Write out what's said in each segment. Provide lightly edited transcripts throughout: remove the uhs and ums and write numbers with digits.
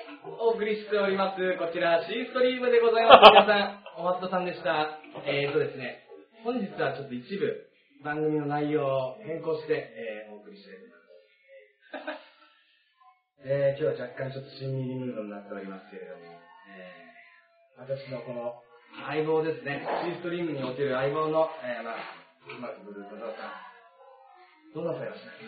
お送りしております。こちら、C ストリームでございます。皆さん、お松田さんでした。ですね、本日はちょっと一部、番組の内容を変更して、お送りしております。今日は若干ちょっとしんみりムードになっておりますけれども、私のこの相棒ですね、C ストリームにおける相棒の、うまくブルートさん、どうなさいました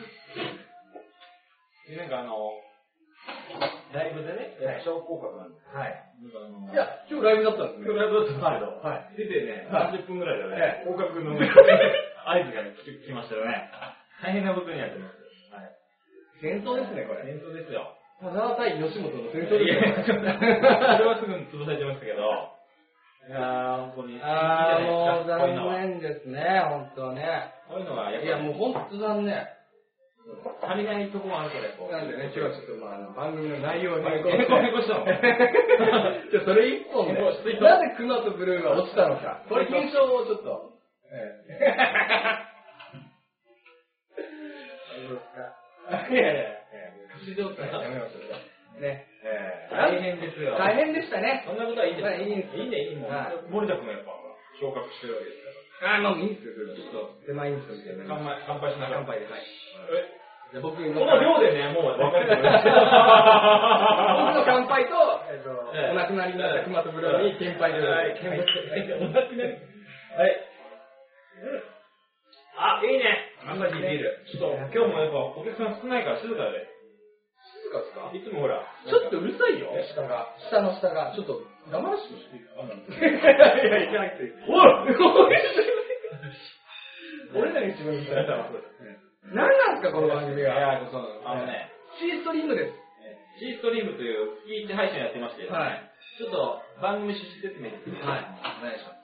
なんかライブでね、小広告なんです。 はい。いや、今日ライブだったんですね。 今日ライブだったんですけど、 はい。 出てね、30分ぐらいでね、広告の合図が来ましたよね。大変なことになってます。はい。 戦争ですね、これ。 戦争ですよ。 田中対吉本の戦争ですよ。 それはすぐ潰されてましたけど、いやー、本当に。 もう残念ですね、本当はね。 こういうのはやっぱり。 いや、もう本当残念。 足りないとこもあるからこう。 なんでね、今日はちょっと番組の内容を変更したの。 じゃあそれ一本ね、なぜクマとブルーが落ちたのか。これ検証をちょっと。どうですか。いやいや、歌手状態やめましょう。ね。 大変ですよ。 大変でしたね。 そんなことはいいんですよ。 いいんです。 いいね、いいもん。森田君がやっぱ昇格してるわけですから。 まあいいんですよ、ちょっと狭いんですよ、みたいな。 乾杯しながら。 乾杯で、はい。じゃあ僕この量でね、もう分かる。僕の乾杯と、お亡くなりになったクマとブルーに乾杯で。 はい、お亡くなり。はい。あ、いいね。あんまりビール。ちょっと、今日もやっぱお客さん少ないから静かで。 静かですか？ いつもほら。 ちょっとうるさいよ。下の下が。ちょっと黙らしてほしい。いや、いけなくていい。おい俺らが一番うるさい。何なんですか、この番組が。 いや、 C ストリームです。 C ストリームという月1配信やってまして、はい。ちょっと番組趣旨説明です。 はい。お願いします。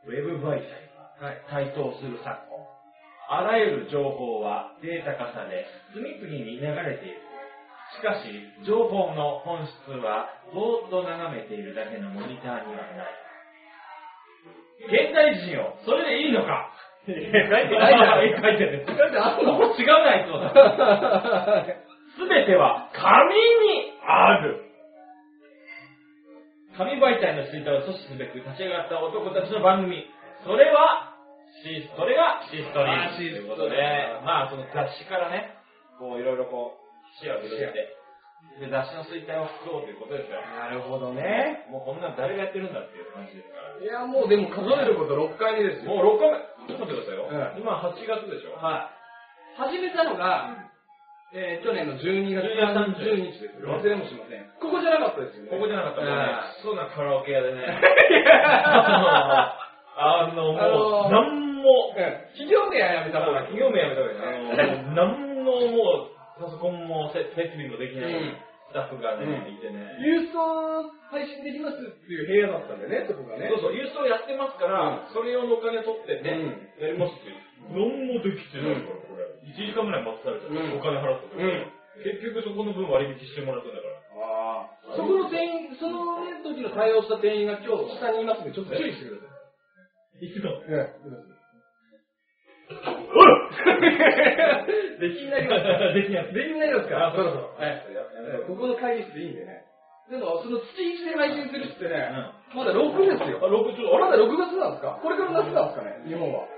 ウェブ媒体が台頭する昨今、あらゆる情報はデータ化され、次々に流れている。しかし、情報の本質は、ぼーっと眺めているだけのモニターにはない。現代人よ、それでいいのか？ 書いてないじゃん。 書いてる。 書いてあるの？ 違うな、いつもだ。すべては紙にある。紙媒体の衰退を阻止すべく立ち上がった男たちの番組。それがシストリームということで、その雑誌からね、こういろいろこう視野を広げて、で雑誌の衰退を救おうということですよ。 なるほどね。 もうこんなの誰がやってるんだっていう話ですから。 いや、もうでも数えること6回目ですよ。 もう6回目。ちょっと待ってくださいよ。今8月でしょ。 はい。始めたのが、去年の12月30日ですよ。忘れもしません。ここじゃなかったですよね。 ここじゃなかったね。そうなカラオケ屋でね。もう、なんも、 企業名はやめた方がいい。 企業名やめた方がいいね。なんのもう、パソコンも設備もできないスタッフがね、いてね。 郵送配信できますっていう部屋だったんだよね、そこがね。 そうそう、郵送やってますから、それ用のお金取ってね、やりますって。なんもできてないから、これ。1時間ぐらい待たされたら、お金払ったと。結局そこの分割引してもらったんだから。 そこの店員、その時の対応した店員が今日下にいますので、ちょっと注意してください。 いつも。 できになりますか？できになりますか？そろそろ。ここの会議室でいいんでね。でも、その月1で配信するってね、まだ6ですよ。まだ6月なんですか？これから夏なんですかね、日本は。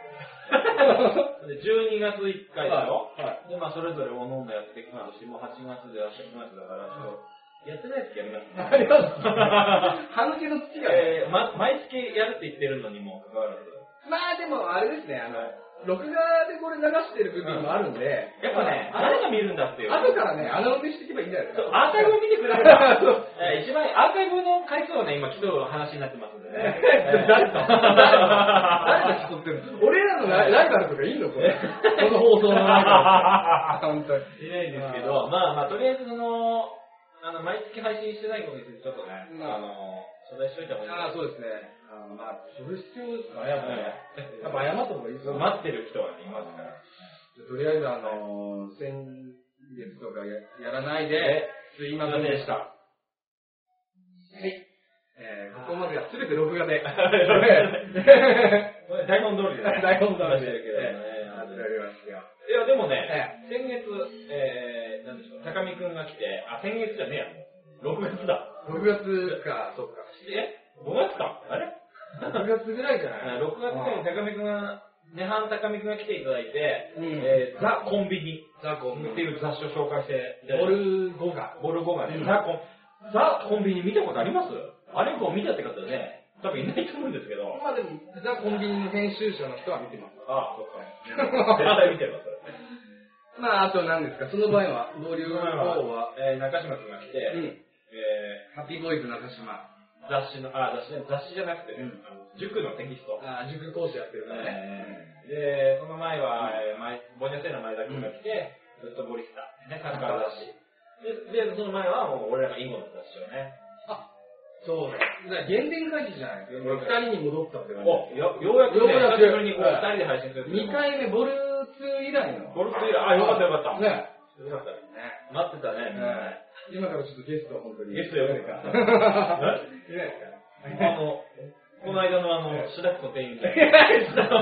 12月1回だよ。で、それぞれおのおのやっていくとして、もう8月で9月だから、やってない月やりますね。 あります。半抜けの月が。 毎月やるって言ってるのにもかかわらず。 でもあれですね、録画でこれ流してる部分もあるんで、 やっぱね、誰が見るんだっていう。 後からね、穴埋めしていけばいいんじゃないですか。 アーカイブを見てくれれば。一番アーカイブの回数をね、今競う話になってますんでね。 誰と競ってるの？俺らのライバルとかいいのこれ。この放送のライバル。本当に。 いないんですけど、とりあえず毎月配信してないことについてちょっとね、謝罪しといた方がいい。 そうですね。それ必要ですかね、やっぱ謝った方がいいですよ。 待ってる人はね、いますから。 とりあえず先月とかやらないで、すいませんでした。はい。ここまでは全て録画で。 台本通りでね。 台本通りで。 やっておりますよ。いや、でもね、先月、なんでしょう、高見くんが来て、先月じゃねえや、もう。 6月だ。 6月か、そっか。 5月かあれ ?6 月ぐらいじゃない ?6 月に高見くんが、ネハン高見くんが来ていただいて、ザ・コンビニっていう雑誌を紹介して、 ボル5が。 ボル5がね、ザ・コンビニ見たことあります？あれを見たって方ね、多分いないと思うんですけど。 まあでも、ザ・コンビニの編集者の人は見てます。 ああ、そっか。絶対見てます。 まあ、あと何ですか、その場合は、ボリューム4は、 中島くんが来て、 ハッピーボーイズ中島。 雑誌じゃなくて、塾のテキスト。 塾講師やってるからね。 で、その前は、ボニャセーナ前田くんが来て、ずっとボリスタ、ね、サッカー雑誌。で、その前は、もう俺らが囲碁の雑誌をね。 そうだ。原点回帰じゃないですか。2人に戻ったって感じ。 ようやくね、久しぶりに2人で配信する。 2回目、ボル2以来の。 ボル2以来、よかったよかった。 ね。 よかったね。待ってたね。 今からちょっとゲスト、本当に。 ゲスト呼べるか。いないですかこの間のシダックの店員で。シダック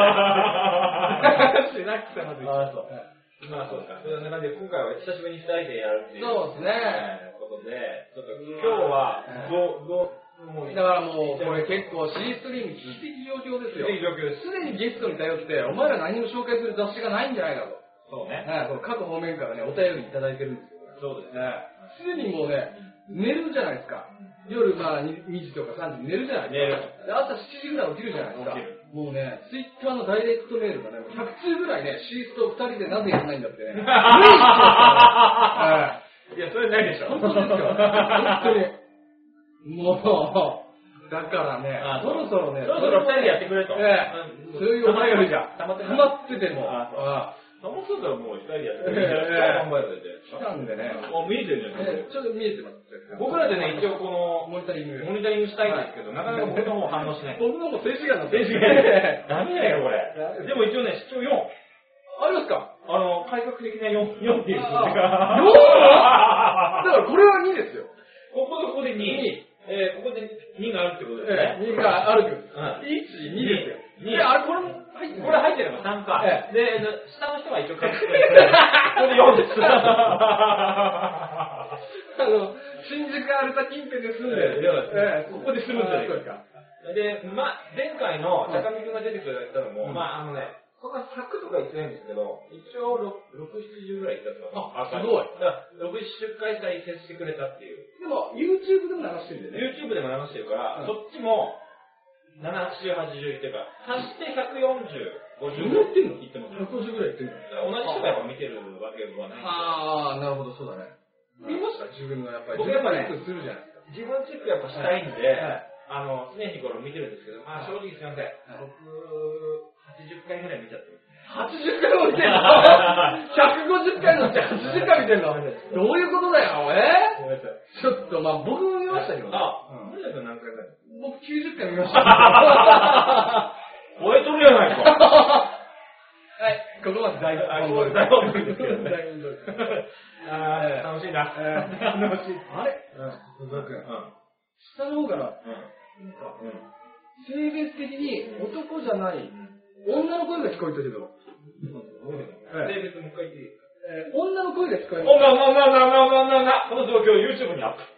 様で。 まあそうか。そんな感じで、今回は久しぶりに2人でやるっていう。 そうですね。 ことで、ちょっと今日は、 だからもう、これ結構 C ストリーム危機的状況ですよ。 いい状況です。 すでにゲストに頼って、お前ら何も紹介する雑誌がないんじゃないかと。 そうね。 各方面からね、お便りいただいてるんですよ。 そうですね。 すでにもうね、寝るじゃないですか。夜2時とか3時に寝るじゃないですか。朝7時ぐらい起きるじゃないですか。もうね、ツイッターのダイレクトメールがね、100通ぐらいね、シースと2人でなぜやらないんだってね。 いや、それないでしょ。 本当ですよ。本当に。もう、だからね、そろそろ2 人でやってくれと。 そういうお前がいるじゃん。 溜まってても。 もうすぐもう2人でやってくれる。考えられて。 来たんでね。 もう見えてるじゃん。 ちょっと見えてます。 僕らでね、一応この、 モニタリングしたいんですけど、なかなか僕の方反応しない。 僕の方静止画なんですよ。 ダメだよ、これ。でも一応ね、視聴4。 ありますか？ 改革的な4っていう。4？だからこれは2ですよ。 ここで2。ここで2があるってことですね。 2がある。1、2ですよ。あれ、これも入ってる。 これ入ってるのが3か。で、下の人は一応書いてくれる。これで4です。 新宿アルタ近辺で住んでる。 ここで住むんじゃないですか。で、前回の高見くんが出てくれたのも、そんな100とか言ってないんですけど、一応6、70ぐらい言ったとか。 すごい。 だから、6、70回再生してくれたっていう。 でも、YouTube でも流してるんだよね。 YouTube でも流してるから、そっちも、7、80、80っていうか、足して140、50言ってます。 150ぐらい言ってる同じ人がやっぱ見てるわけはない。 なるほど、そうだね。見ました自分のやっぱり。 僕やっぱね、 するじゃないですか。 自分チェックやっぱしたいんで、常日頃見てるんですけど、正直すいません。僕、80回ぐらい見ちゃってる。 80回も見てんの ?150 回のうち80回見てんのどういうことだよ、ちょっと、僕も見ましたけどね。 森田君何回ぐらい？ 僕90回見ました。 超えとるやないか。 はい、ここまで大本撮りですけどね。楽しいな。 楽しい。あれ小沢君。下の方から、性別的に男じゃない、女の声が聞こえたけど。 性別もう一回言っていい？ 女の声が聞こえる。 この状況を YouTube にアップ。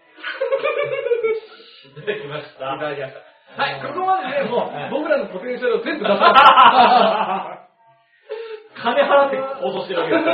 いただきました。 はい、ここまでね、もう僕らのポテンシャルを全部出しました。 金払って放送してるわけです。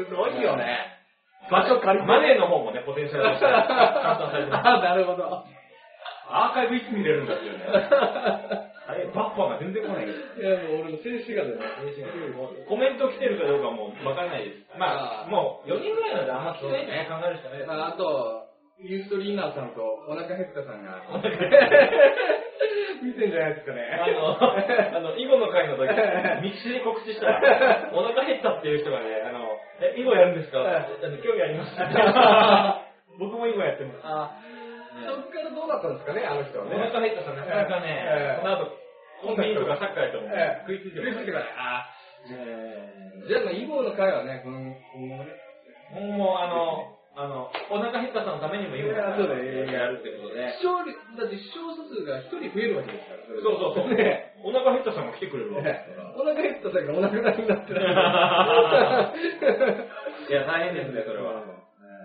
すごいよね。 場所借りて。マネーの方もね、ポテンシャルとして簡単されてます。 なるほど。 アーカイブいつ見れるんだっていうね。バッファが全然来ないけど。 いや、もう俺も静止画でね。 コメント来てるかどうかもわからないです。もう4人ぐらいなのであんま来てないね。考えるしかないです。 あと、ユーストリーナーさんとお腹減ったさんが見てんじゃないですかね。 囲碁の会の時、みっしり告知したら、お腹減ったっていう人がね、囲碁やるんですか？興味あります。僕も囲碁やってます。 そっからどうだったんですかね、あの人はね。 お腹減ったさん、なかなかね、この後、コンビニとかサッカーやっても食いついてる。 じゃあ、囲碁の会はね、今後もお腹減ったさんのためにも囲碁やるってことで。 だって視聴者数が1人増えるわけですから。 そう。お腹減ったさんも来てくれるわけですから。 お腹減ったさんがお腹なくなってる。 いや、大変ですね、それは。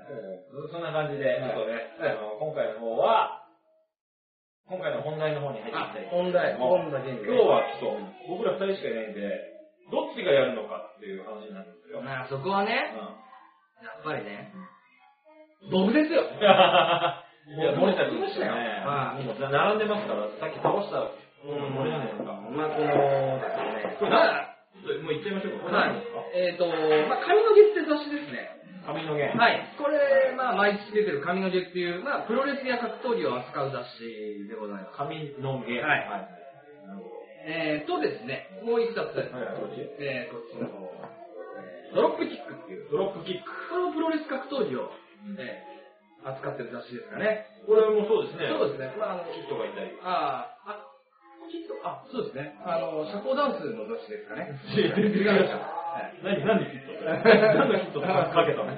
そんな感じで、ちょっとね、今回の方は、今回の本題の方に入っていきたい。 本題今日はちょっと、僕ら2人しかいないんで、どっちがやるのかっていう話になるんですよ。 まあそこはね、やっぱりね、僕ですよ。 いや、森田君ですよね。 もう並んでますから、さっき倒した森じゃないですか。 まあこのですね、 これもういっちゃいましょうか。これ何ですか？ まあ髪の毛って雑誌ですね。 髪の毛。 はい。これ、まあ毎月出てる髪の毛っていう、まあプロレスや格闘技を扱う雑誌でございます。 髪の毛。 はい。とですね、もう一冊、こっちの方、ドロップキックっていう。 ドロップキック。 これもプロレス格闘技を、扱ってる雑誌ですかね。 これもそうですね。 そうですね。まあキットがいたり。 キット、そうですね。社交ダンスの雑誌ですかね。 違う。何でキット何でキットかけたの？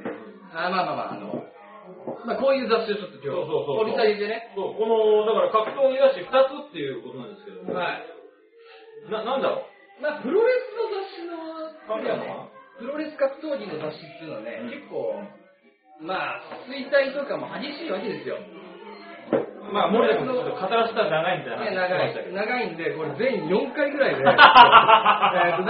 まあこういう雑誌をちょっと今日、掘り下げてね。 そう、この、だから格闘技雑誌2つっていうことなんですけども。 はい。 なんだろう？ まあプロレスの雑誌の、 関係あるのかな？ プロレス格闘技の雑誌っていうのはね、結構、まあ、衰退とかも激しいわけですよ。 まあ、森田君ちょっと語らせたら長いみたいな話。 長いんで、これ全4回ぐらいで。だから、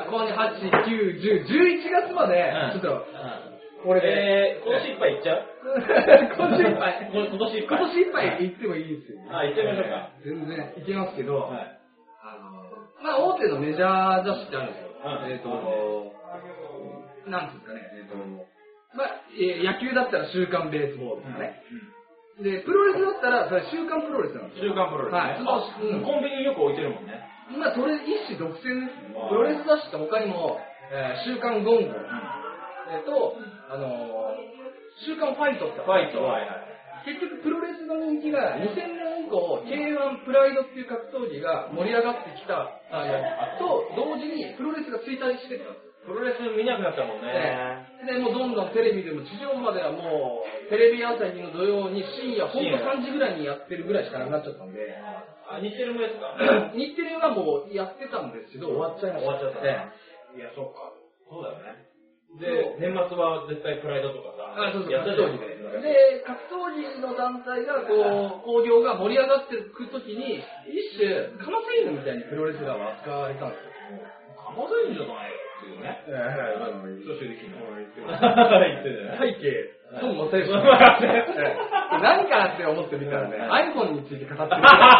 今8、9、10、11月まで、ちょっと、これで。 今年いっぱいいっちゃう？ 今年いっぱい。 今年いっぱい。 今年いっぱい行ってもいいですよ。 行ってみましょうか。 全然行けますけど、まあ、大手のメジャー雑誌ってあるんですよ。なんていうんですかね。まあ、野球だったら週刊ベースボールとかね。で、プロレスだったら、それ週刊プロレスなんですよ。 週刊プロレス。はい。コンビニによく置いてるもんね。 まあ、それ一種独占です。プロレス雑誌って他にも、週刊ゴンゴと、週刊ファイトって結局プロレスの人気が2000年以降、K1 プライドっていう格闘技が盛り上がってきたと同時にプロレスが衰退してたんです。 プロレス見なくなったもんね。 で、もうどんどんテレビでも地上波ではもうテレビ朝日の土曜に深夜ほんと3時ぐらいにやってるぐらいしかなくなっちゃったんで。 日テレもやってた？ 日テレはもうやってたんですけど終わっちゃいました。 いや、そっか。そうだよね。で、年末は絶対プライドとかさ。 そうそう、格闘技で。で、格闘技の団体が興行が盛り上がっていくときに、一種、カマセイヌみたいにプロレスラーは扱われたんですよ。 カマセイヌじゃないよ。っていうね。 そういう的に。 言ってるね。 背景、孫正義。何かなって思ってみたらね、iPhone について語ってる。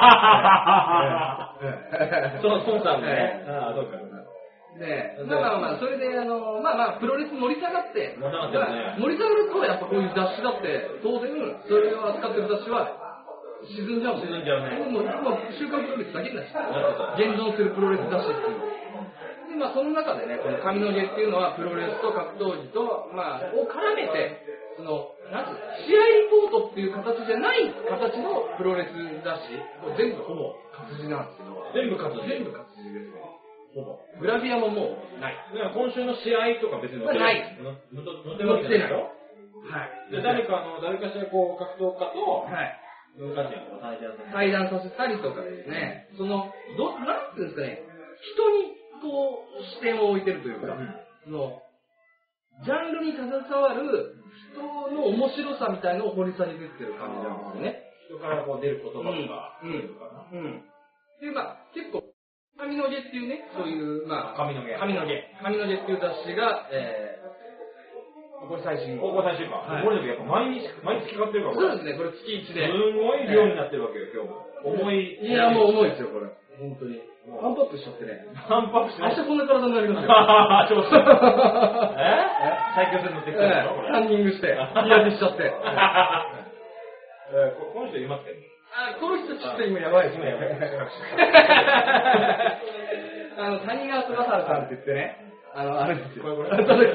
そうさんね。ああ、そうか。 で、まあ、それで、プロレス盛り下がって、 盛り下がると、やっぱこういう雑誌だって、当然、それを扱ってる雑誌は、沈んじゃうね。もう、週刊プロレスだけになっちゃう。現存するプロレス雑誌っていうの。で、まあ、その中でね、この髪の毛っていうのは、プロレスと格闘技と、まあ、を絡めて、試合リポートっていう形じゃない形のプロレス雑誌、全部ほぼ活字なんですけど。 全部活字ですね。ほぼ。グラビアももうない。 今週の試合とか別に載ってない。載ってるわけじゃないでしょ？はい。で、誰かしらこう、格闘家と、文化人を対談させたりとかですね、なんていうんですかね、人にこう、視点を置いてるというか、ジャンルに携わる人の面白さみたいのを掘り下げてってる感じなんですよね。 人からこう出る言葉とか、 で、まあ、結構、髪の毛っていうね、そういう、まあ、 髪の毛っていう雑誌が、これ最新号。 これ最新号。これでもやっぱ毎月買ってるから。 そうですね、これ月1で。 すごい量になってるわけよ、今日も。 いや、もう重いですよ、これ。本当に。パンプアップしちゃってね。 パンプアップして明日こんな体になりますよ。 調子。最強戦乗ってきたでしょ、これ。 ランニングして、日焼けしちゃって。 この人いますけど。 この人ちょっと今やばいですね。谷川翼治さんって言ってね、あれですよ。K1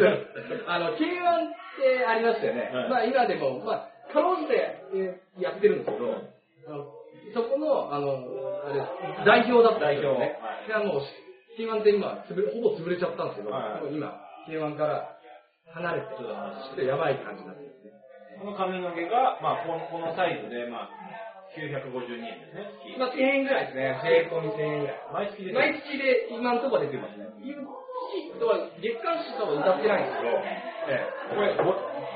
ってありましたよね。まあ今でも、まあ、かろうじてやってるんですけど、そこの、代表だったんですよね。もう、K1 って今、ほぼ潰れちゃったんですけど、今、K1 から離れて、ちょっとやばい感じになってますね。 この髪の毛が、まあ、このサイズで、まあ、952円ですね。 まあ、1000円ぐらいですね。税込み1000円ぐらい。毎月で今のところ出てますね。月とは、月刊誌とは歌ってないんですけど、 これ、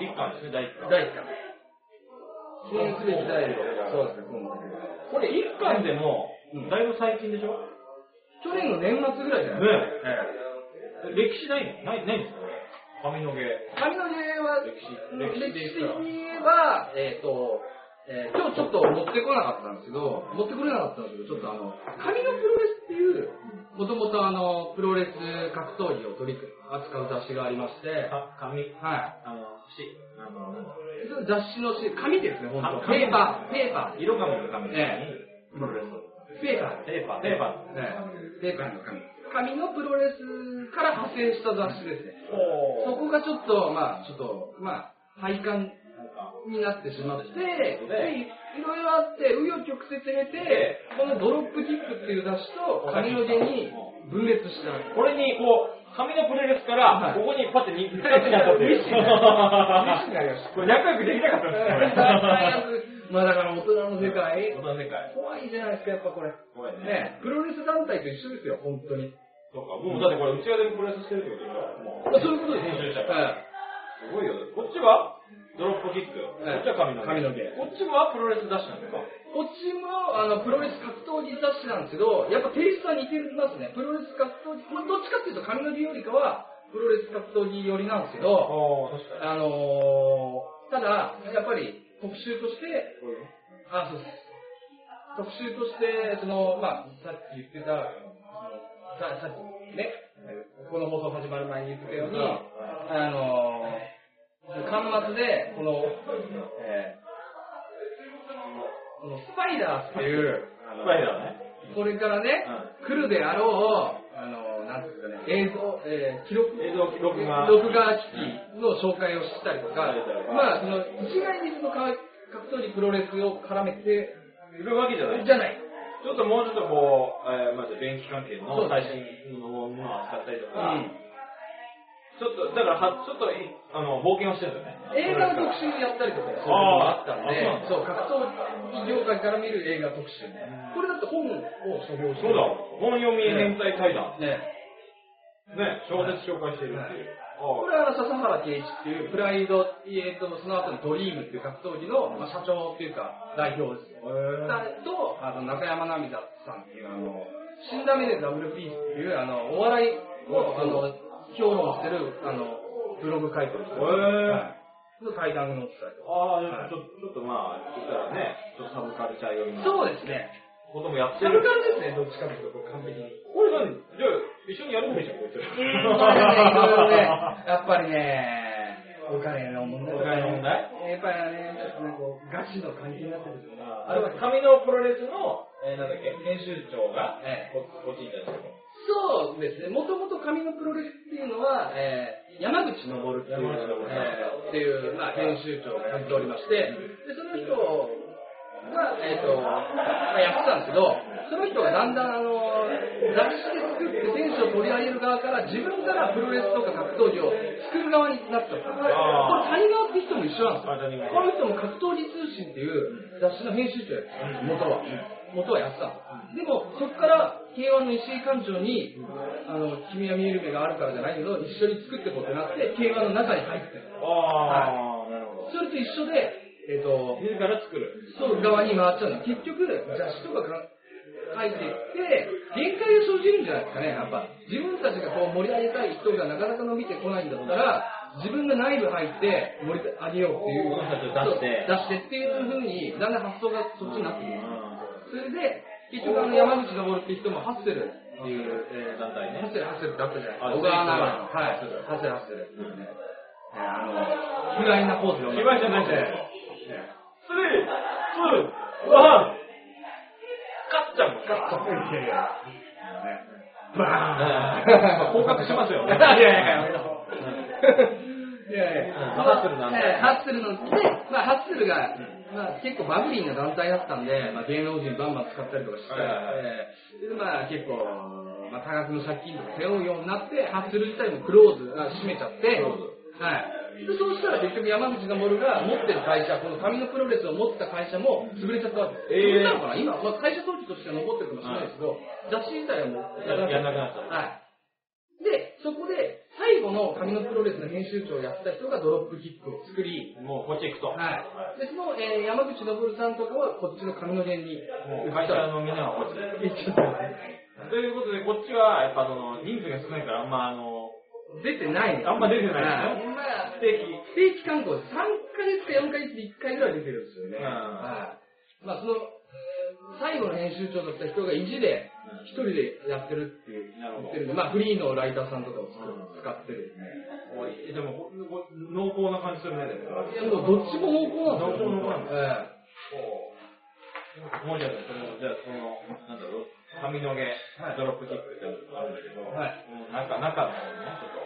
1巻ですね、第1巻。 第1巻。記念すべき第1巻。そうですね、 これ1巻でも、だいぶ最近でしょ？ 去年の年末ぐらいじゃないですか。 歴史ないの？ないんですか？髪の毛。 髪の毛は、歴史的に言えば、今日ちょっと持ってこなかったんですけど、ちょっと紙のプロレスっていう、もともとプロレス格闘技を取り扱う雑誌がありまして、 紙はい。 雑誌の紙ですね、本当。ペーパー。 色紙の紙に、プロレス。 ペーパーの紙。紙のプロレスから派生した雑誌ですね。そこがちょっと、廃刊になってしまって、いろいろあって、紆余曲折経て、このドロップキックっていう雑誌と紙の毛に分裂した。 これに紙のプロレスから、ここにパッて2つになったっていう。これ仲良くできなかったんですよ。 だから大人の世界。 怖いじゃないですか、やっぱこれ。怖いね。プロレス団体と一緒ですよ、本当に。 そうか、もうだってこれ内側でプロレスしてるってことでしょ？ そういうことです。 編集者。すごいよ。こっちはドロップキック。こっちは紙の毛。こっちはプロレス雑誌なんですか？ こっちもプロレス格闘技雑誌なんですけど、やっぱテイストは似てますね。プロレス格闘技、どっちかっていうと紙の毛よりかはプロレス格闘技寄りなんですけど、ただやっぱり特集として、そうです。特集としてさっき言ってたさっきね、この放送始まる前に言ってたように、巻末でこのスパイダーっていうこれからね、来るであろうなんていうかね、録画機器の紹介をしたりとか、一概にその格闘技プロレスを絡めているわけじゃない。ちょっともうちょっとまず電気関係の最新のものを扱ったりとか、ちょっとだからちょっと冒険をしてるんだよね。 映画の特集やったりとかそういうのもあったんで、そう格闘技業界から見る映画特集ね。これだって本を書評してる。 そうだ。本読み変態対談。小説紹介してるっていう。 これは笹原圭一っていうプライド、その後のドリームっていう格闘技の社長っていうか代表です。と中山奈美さんっていう死んだ目でダブルピースっていうお笑いを評論してるブログ書いてる人の対談が載ってたりとか。 ちょっと言ったらね、ちょっとサブカルチャー読みのそうですね。 こともやってる。サブカルですね、どっちかというと完璧に。 これじゃあ一緒にやるのいいじゃん、こいつ。 やっぱりね、お金の問題。やっぱりね、ちょっとガチの関係になってるんですよ。 あれは紙のプロレスの編集長がこっちにいたんですよ。 そうですね。もともと紙のプロレスっていうのは、山口昇っていう編集長がやっておりまして、でその人がやってたんですけど、その人がだんだん雑誌で作って選手を取り上げる側から自分からプロレスとか格闘技を作る側になっちゃったんです。これ谷川って人も一緒なんですよ。この人も格闘技通信っていう雑誌の編集長やってたんです。元はやってたんです。でもそこからK1 の石井館長に君は見える目があるからじゃないけど一緒に作っていこうってなって K1 の中に入ってる。なるほど。それと一緒で自ら作る。 そう側に回っちゃうの。結局雑誌とか書いていって限界が生じるんじゃないですかね。やっぱ自分たちがこう盛り上げたい人がなかなか伸びてこないんだったら自分が内部入って盛り上げようっていう出してっていう風にだんだん発想がそっちになってくる。それで結局山口昇っていう人もハッセルっていう団体ね。 ハッセルってあったじゃないですか。小川長のハッセル卑猥なポーズを卑猥じゃないですね。3、2、1勝っちゃう。バーン降格しますよ。ハッスルのハッスルが結構バブリーな団体だったんで、芸能人バンバン使ったりとかして、結構多額の借金とか背負うようになって、ハッスル自体もクローズ閉めちゃって、でそうしたら結局山口昇が持ってる会社、この紙のプロレスを持ってた会社も潰れちゃったわけです。なのかな今、会社登記としては残ってるかもしれないですけど、雑誌自体はもうやらなくなった。 で、そこで最後の神のプロレスの編集長をやった人がドロップキックを作り、 もうこっち行くと。 はい。で、その、山口昇さんとかはこっちの神の弦に。 会社のみんなはこっちで。 行っちゃったんですね。 ということで、こっちはやっぱその人数が少ないからあんま出てないね。 あんま出てないですね。 まあ、不定期観光で3ヶ月か4ヶ月で1回ぐらい出てるんですよね。まあ、その、最後の編集長だった人が意地で、一人でやってるって言ってるんで、まあ、フリーのライターさんとかを使ってる。 でも、濃厚な感じするね、でも。 いや、もうどっちも濃厚なんですよ。 濃厚なんですよ。もうじゃあ、その、なんだろう、髪の毛、ドロップキックってのがあるんだけど、中の方ね、ちょっと、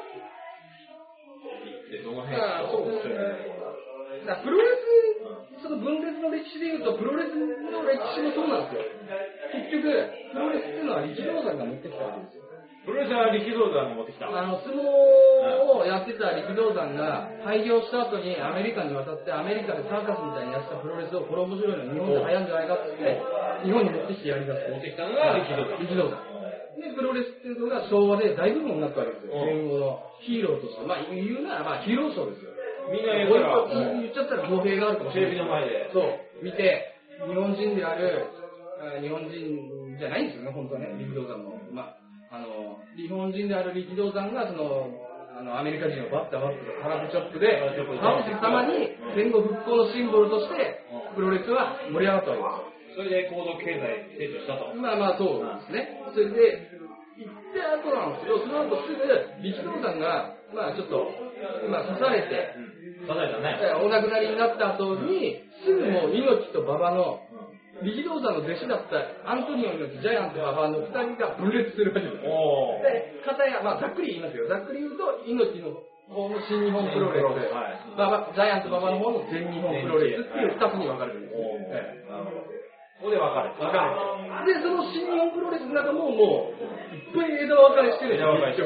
で、どの辺そうですね。プロレス、その分裂の歴史でいうと、プロレスの歴史もそうなんですよ。結局、プロレスっていうのは力道山が持ってきたわけですよ。 プロレスは力道山が持ってきた。 相撲をやってた力道山が廃業した後にアメリカに渡って、アメリカでサーカスみたいにやってたプロレスをこれ面白いの日本で流行るんじゃないかって言って、日本に持ってきてやりだす。 持ってきたのが力道山。 で、プロレスっていうのが昭和で大部分になったわけですよ。戦後のヒーローとして。まあ言うならばヒーローショーですよ。 みんな言っちゃったら語弊があるかもしれない。 テレビの前で。 そう。見て、日本人である、日本人じゃないんですよね、本当はね、力道山の。まあ、日本人である力道山が、アメリカ人をバッタバッタ空手チョップで、倒す様に戦後復興のシンボルとして、プロレスは盛り上がったわけです。 それで高度経済成長したと。 まあまあそうですね。それで、行って後なんですけど、その後すぐ、力道山が、まあちょっと、刺されて、 刺されたね。 お亡くなりになった後に、すぐもう猪木と馬場の、力道山の弟子だったアントニオ猪木、ジャイアント馬場の2人が分裂するわけです。で、片や、まあざっくり言いますよ。ざっくり言うと、猪木の方の新日本プロレス、ジャイアント馬場の方の全日本プロレスっていう2つに分かれるんです。 ここで分かれて。 で、その新日本プロレスの中ももう、いっぱい枝分かれしてるんですよ。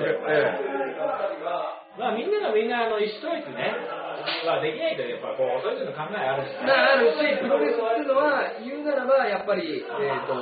まあみんながみんな意思統一ね、はできないとやっぱこう、それぞれの考えあるし。 あるし、プロレスっていうのは、言うならば、やっぱり、ま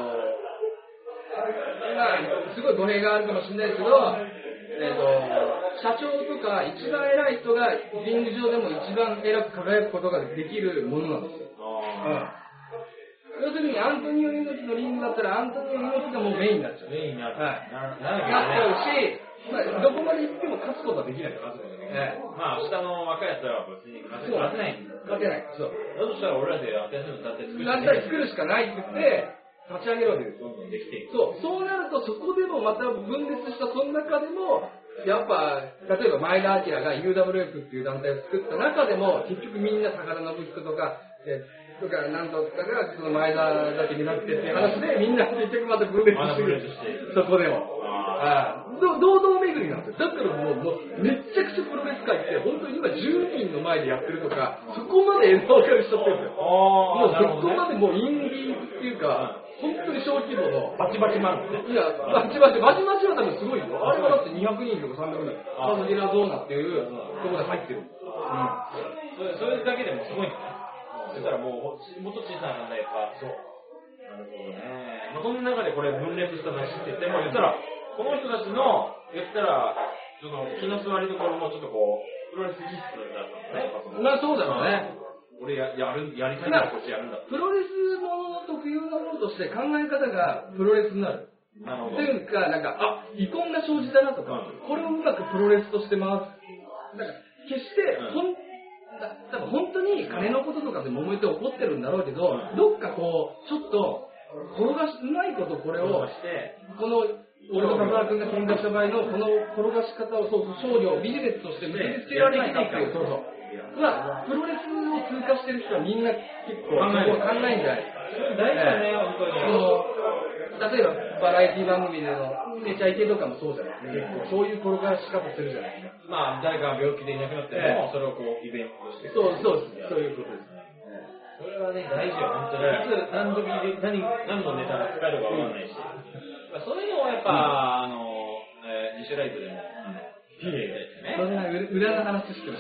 あ、すごい語弊があるかもしれないですけど、社長とか一番偉い人がリング上でも一番偉く輝くことができるものなんですよ。要するにアントニオ猪木のリングだったらアントニオ猪木がもうメインになっちゃう。 メインになっちゃう。 なっちゃうし、まあ、どこまで行っても勝つことはできないから、 まあ下の若いやつらは別に勝てない。 勝てない。そう。 だとしたら俺らで新しいのだって作るしかないって言って立ち上げるわけですよ。 どんどんできていく。 そうなるとそこでもまた分裂したその中でもやっぱ例えば前田明が UWF っていう団体を作った中でも結局みんな高田信彦とかなんとかがその前田だけになってっていう話でみんな結局また分裂してそこでも。堂々巡りなんですよ。だからもうめっちゃくちゃプロレス界って本当に今10人の前でやってるとかそこまで枝分かれしちゃってるんですよ。もうそこまでもうインディーっていうか本当に小規模のバチバチもあるんですね。 いやバチバチは多分すごいよ。あれはだって200人とか300人サウジラゾーナっていうところで入ってる。 それだけでもすごいんだね。そしたらもっと小さな問題やっぱそう。なるほどね。その中でこれ分裂した話って言っても言ったらこの人たちの言ったらその気の座りどころもちょっとこうプロレス気質だったんだね。 まあそうだろうね。 俺やりたいからこっちやるんだ。 プロレスの特有のものとして考え方がプロレスになる。 なるほど。 というかなんか遺恨が生じたなとか、これをうまくプロレスとして回す。なんか決して多分本当に金のこととかで揉めて怒ってるんだろうけど、どっかこうちょっとうまいことこれをこの俺と田沢君が喧嘩した場合のこの転がし方を商業ビジネスとして結びつけられないかっていう。まあプロレスを通過してる人はみんな結構考えんじゃないですか。 大事だね本当に。 例えばバラエティ番組でのめちゃイケとかもそうじゃないですか。そういう転がし方するじゃないですか。 まあ誰かが病気でいなくなってもそれをこうイベントとして。 そういうことです。 それはね大事よ本当に。何のネタが使えるかわからないし。そういうのをやっぱ自主ライトでもそんな裏の話してる。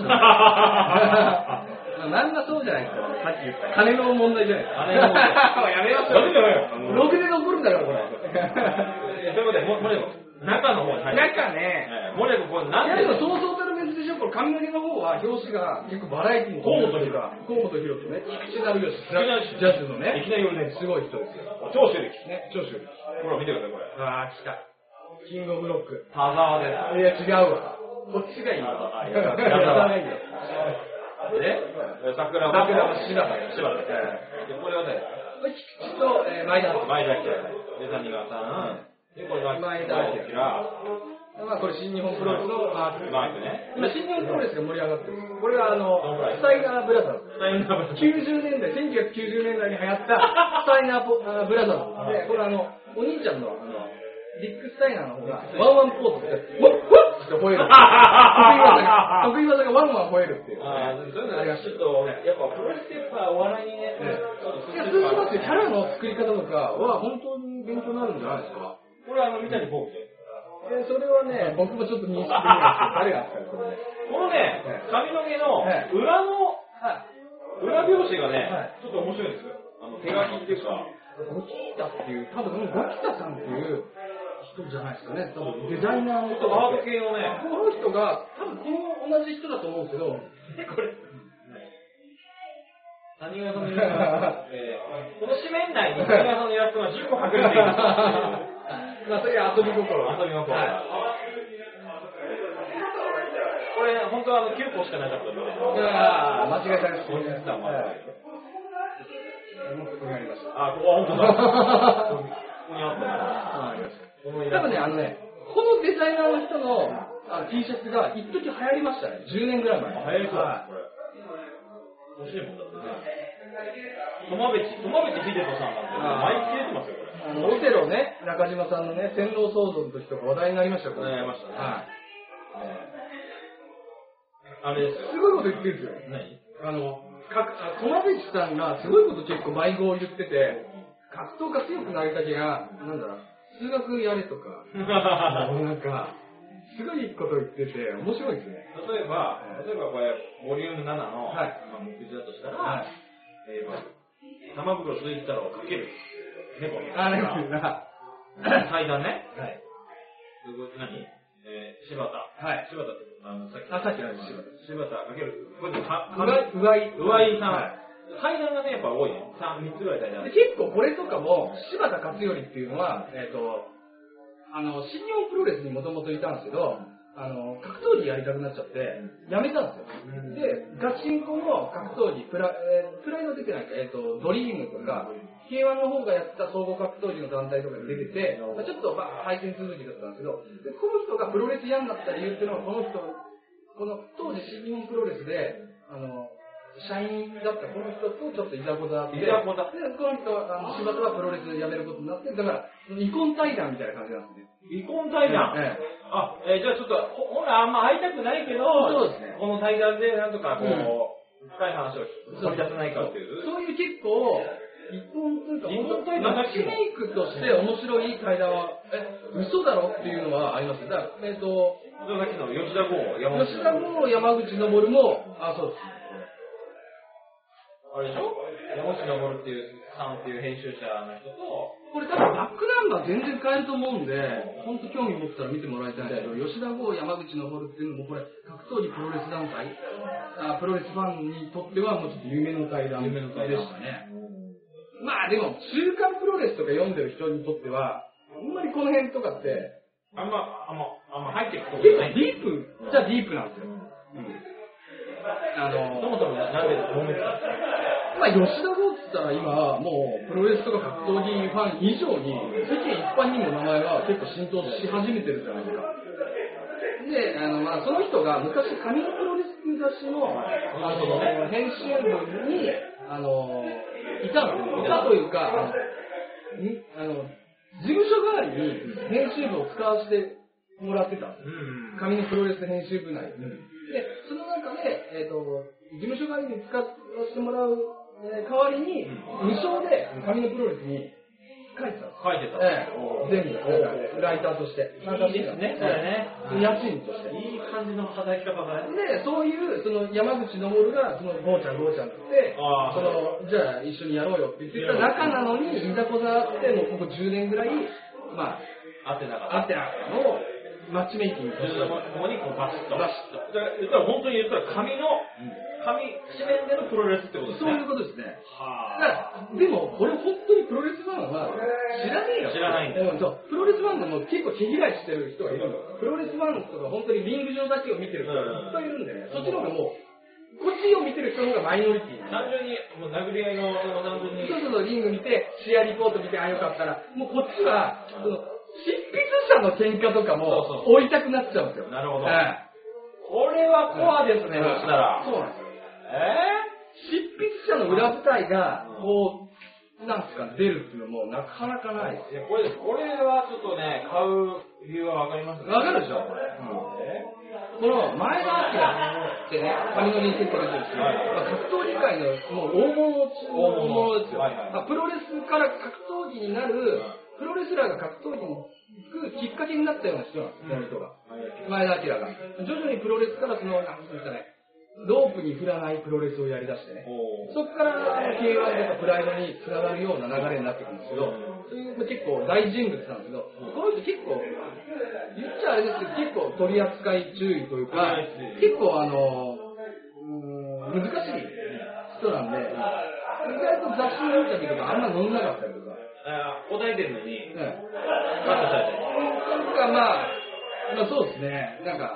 なんだそうじゃないですか。さっき言った金の問題じゃないですか。 金の問題。やめよう。 ろくで残るんだからこれ。 ということでもう中の方に入って中ね。 森田君、これなんで？ いやでもそうそうたるメンツでしょ。これ髪の毛の方は表紙が結構バラエティーの河本宏とね、菊池成吉、ジャズのね、 いきなり俺ね、 すごい人ですよ。 超種類。 ね、超種類。 ほら見てくださいこれ。 あー来た。キングオブロック。 田沢です。 いや違うわ。こっちがいいわ。 矢沢がいいよ。で、桜も柴田。でこれはね、 菊池と前田。 前田で谷川さん。でこれが前田まあこれ新日本プロレスのマークね。今新日本プロレスが盛り上がってる。これはスタイナーブラザーズ。1990年代に流行ったスタイナーブラザーズで、これお兄ちゃんのリック・スタイナーの方がワンワンポーズでワッワッって吠える。得意技がワンワン吠えるっていう。 そういうのあれがちょっとやっぱプロレスってやっぱお笑いにね。 いや、そういうのってキャラの作り方とかは本当に勉強になるんじゃないですか。 これ三谷幸喜で。 それはね、僕もちょっと認識できないですけど、誰があったこのね、髪の毛の裏表紙がね、ちょっと面白いんですよ。手書きっていうか。 ゴキータっていう、多分ゴキタさんっていう人じゃないですかね。多分デザイナーの人が。 アート系のね。 この人が、多分この同じ人だと思うんですけど、 これ。谷川さんのイラストこの紙面内に谷川さんのイラストが10個隠れている。 まあそういう遊び心。 これ本当は9個しかなかったので。 間違えたんです。 あ、ここ本当だ。ここにあった。 多分ね、このデザイナーの人のT シャツが一時流行りましたね。10年ぐらい前。 流行りそう。欲しいもんだってね。苫部地秀人さんなんて毎日出てますよこれ。 オセロね、中島さんのね、戦狼騒動の時とか話題になりましたよ。 なりましたね。あれですよ。 すごいこと言ってるんですよ。苫部地さんがすごいこと結構迷子を言ってて、格闘家強くなりたけが、なんだろう、数学やれとか、なんか、すごいこと言ってて、面白いですね。 例えばこれ、ボリューム7の目次だとしたら、玉袋鈴木太郎かける猫に。階段ね。何柴田。柴田って、 さっきの柴田かける。これ上井さん。階段がね、やっぱ多いね。3つぐらい階段。 結構これとかも、柴田勝頼っていうのは、新日本プロレスにもともといたんですけど、格闘技やりたくなっちゃって、やめたんですよ。で、ガチンコの格闘技、プライド出てないか、ドリームとか、K1 の方がやった総合格闘技の団体とかに出てて、ちょっと配線続きだったんですけど、でこの人がプロレス嫌になった理由っていうのは、この当時新日本プロレスで、社員だったこの人とちょっといざこざあって、でこの人は柴田はプロレス辞めることになって、だから離婚対談みたいな感じなんですね。 離婚対談。じゃあちょっと本来あんま会いたくないけど、 そうですね。 この対談でなんとかこう、深い話を掘り出せないかっていう。 そういう結構離婚というかマッチメイクとして面白い対談は嘘だろっていうのはありますよ。だからさっきの吉田剛山口昇もそうです。 あれでしょ山口昇っていうさんっていう編集者の人と、 これ多分バックナンバー全然変えると思うんで、本当興味持ったら見てもらいたいんですけど、吉田剛、山口昇っていうのもこれ格闘技プロレス団体、プロレスファンにとってはもうちょっと夢の対談でしたね。まあでも週刊プロレスとか読んでる人にとってはあんまりこの辺とかってあんま入ってくる結構ディープじゃディープなんですよ。 そもそもなんで揉めてたんですか。 まあ吉田剛って言ったら今もうプロレスとか格闘技ファン以上に世間一般にも名前が結構浸透し始めてるじゃないですか。でその人が昔紙のプロレスっていう雑誌の編集部にいたというか事務所代わりに編集部を使わせてもらってたんですよ。紙のプロレス編集部内に。で、その中で、事務所代わりに使わせてもらう、代わりに、無償で紙のプロレスに書いてたんです。 書いてた。 全部、ライターとして。 いいですね、それね。 家賃として。 いい感じの働き方だね。 で、そういう、その山口昇が、そのゴーちゃんって言って、じゃあ一緒にやろうよって言ってた中なのに、いざこざあって、もうここ10年ぐらい、まあ、 合ってなかった。 合ってなかったのを、マッチメイキング自分の方にこうバシッと。 バシッと。 だから本当に言ったら紙面でのプロレスってことですね。 そういうことですね。 はだからでも、これ本当にプロレスファンは知らねえよ。 知らないんだよ。 そうプロレスファンでも結構毛嫌いしてる人がいるの。プロレスファンとか本当にリング上だけを見てる人がいっぱいいるんでね。そっちの方がもう、こっちを見てる人の方がマイノリティ。 単純に、もう殴り合いの、単純に。 そうリング見て、試合リポート見て、あ、よかったら、もうこっちは、執筆者の喧嘩とかも追いたくなっちゃうんですよ。 なるほど。これはコアですね、そしたら。 そうなんですよ。執筆者の裏舞台が、こう、なんすか、出るっていうのもなかなかないです。 これはちょっとね、買う理由はわかりますね。 わかるでしょ、これ。この前田明ってね、髪のリンセットですし、格闘技界のもう大物ですよ。プロレスから格闘技になる、プロレスラーが格闘技に行くきっかけになったような人なんです、この人が。前田明が。徐々にプロレスからなんていうんですかね、ロープに振らないプロレスをやりだしてね。そこから K1 とかプライドにつながるような流れになってくるんですけど、そういう結構大人物なんですけど、この人結構、言っちゃあれですけど、結構取り扱い注意というか、結構難しい人なんで、意外と雑誌のインタビューとかあんま載んなかったりとか。 答えてるのに、カットされてる。 なんかまあそうですね、なんか、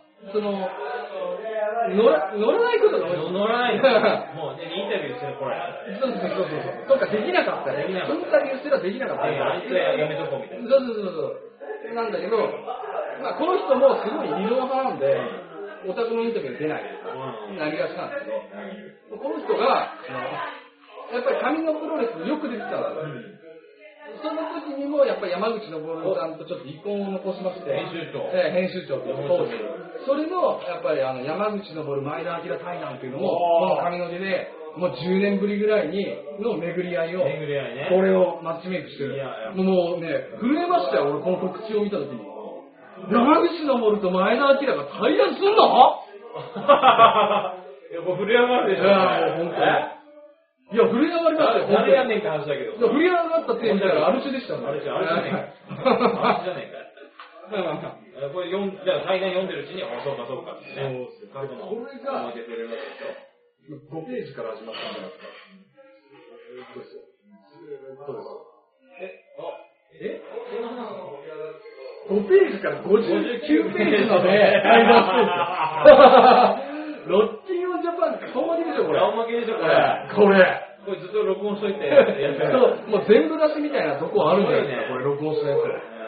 乗らないことが多い。 乗らないもうね、インタビューするこれ。 そう。とかできなかったね。インタビューすらできなかった。 あいつやめとこうみたいな。 そう。なんだけど、まあこの人もすごい理論派なんで、オタクのインタビュー出ないとか、なりがちなんですけど、この人が、やっぱり紙のプロレスによく出てたんですよ。その時にもやっぱり山口のボールさんとちょっと遺恨を残しまして、編集長っていう当時、それのやっぱり山口のボール前田明対談っていうのもこの上野でね、もう10年ぶりぐらいにの巡り合いを、これをマッチメイクしてる。もうね、震えましたよ、俺この告知を見た時に。山口のボールと前田明が対談すんの？ いや、もう震え上がるでしょ。 いや、もう本当に。いや、震え上がりましたよ。 誰やねんって話だけど。 震え上がったって見たらアルシュでしたもん。 アルシュじゃねえか。アルシュじゃねえか。これじゃあ対談読んでるうちに、そうかってね。 これが5ページから始まったんじゃないですか。5ページから59ページまで対談してるんですよ。ロッキンオンジャパン顔負けでしょ、これ。 顔負けでしょ、これずっと録音しといてやってる。 もう全部出しみたいなとこあるんじゃないですか、これ録音したやつ。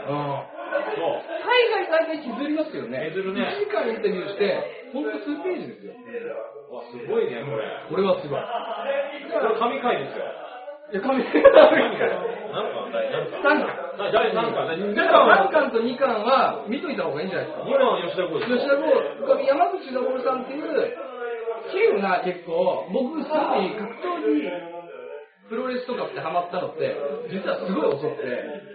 大概削りますけどね。 削るね。 1時間インタビューして、ほんと数ページですよ。 わ、すごいね、これ。 これはすごい。 これ神回ですよ。 いや、神回何巻と2巻は見といた方がいいんじゃないですか。 2巻は吉田剛です。 山口昇さんっていう、稀有な結構、僕すごい格闘技、プロレスとかってハマったのって、実はすごい遅くて、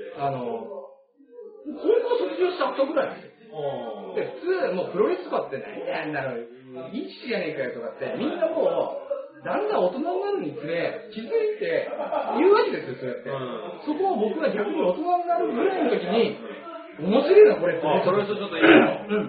高校卒業した後ぐらいなんですよ。で、普通、もうプロレスとかって何だろう、いいしじゃねえかよとかって、みんなもう、だんだん大人になるにつれ、気づいて言うわけですよ、そうやって。そこを僕が逆に大人になるぐらいの時に、面白いな、これって。 それとちょっといいの？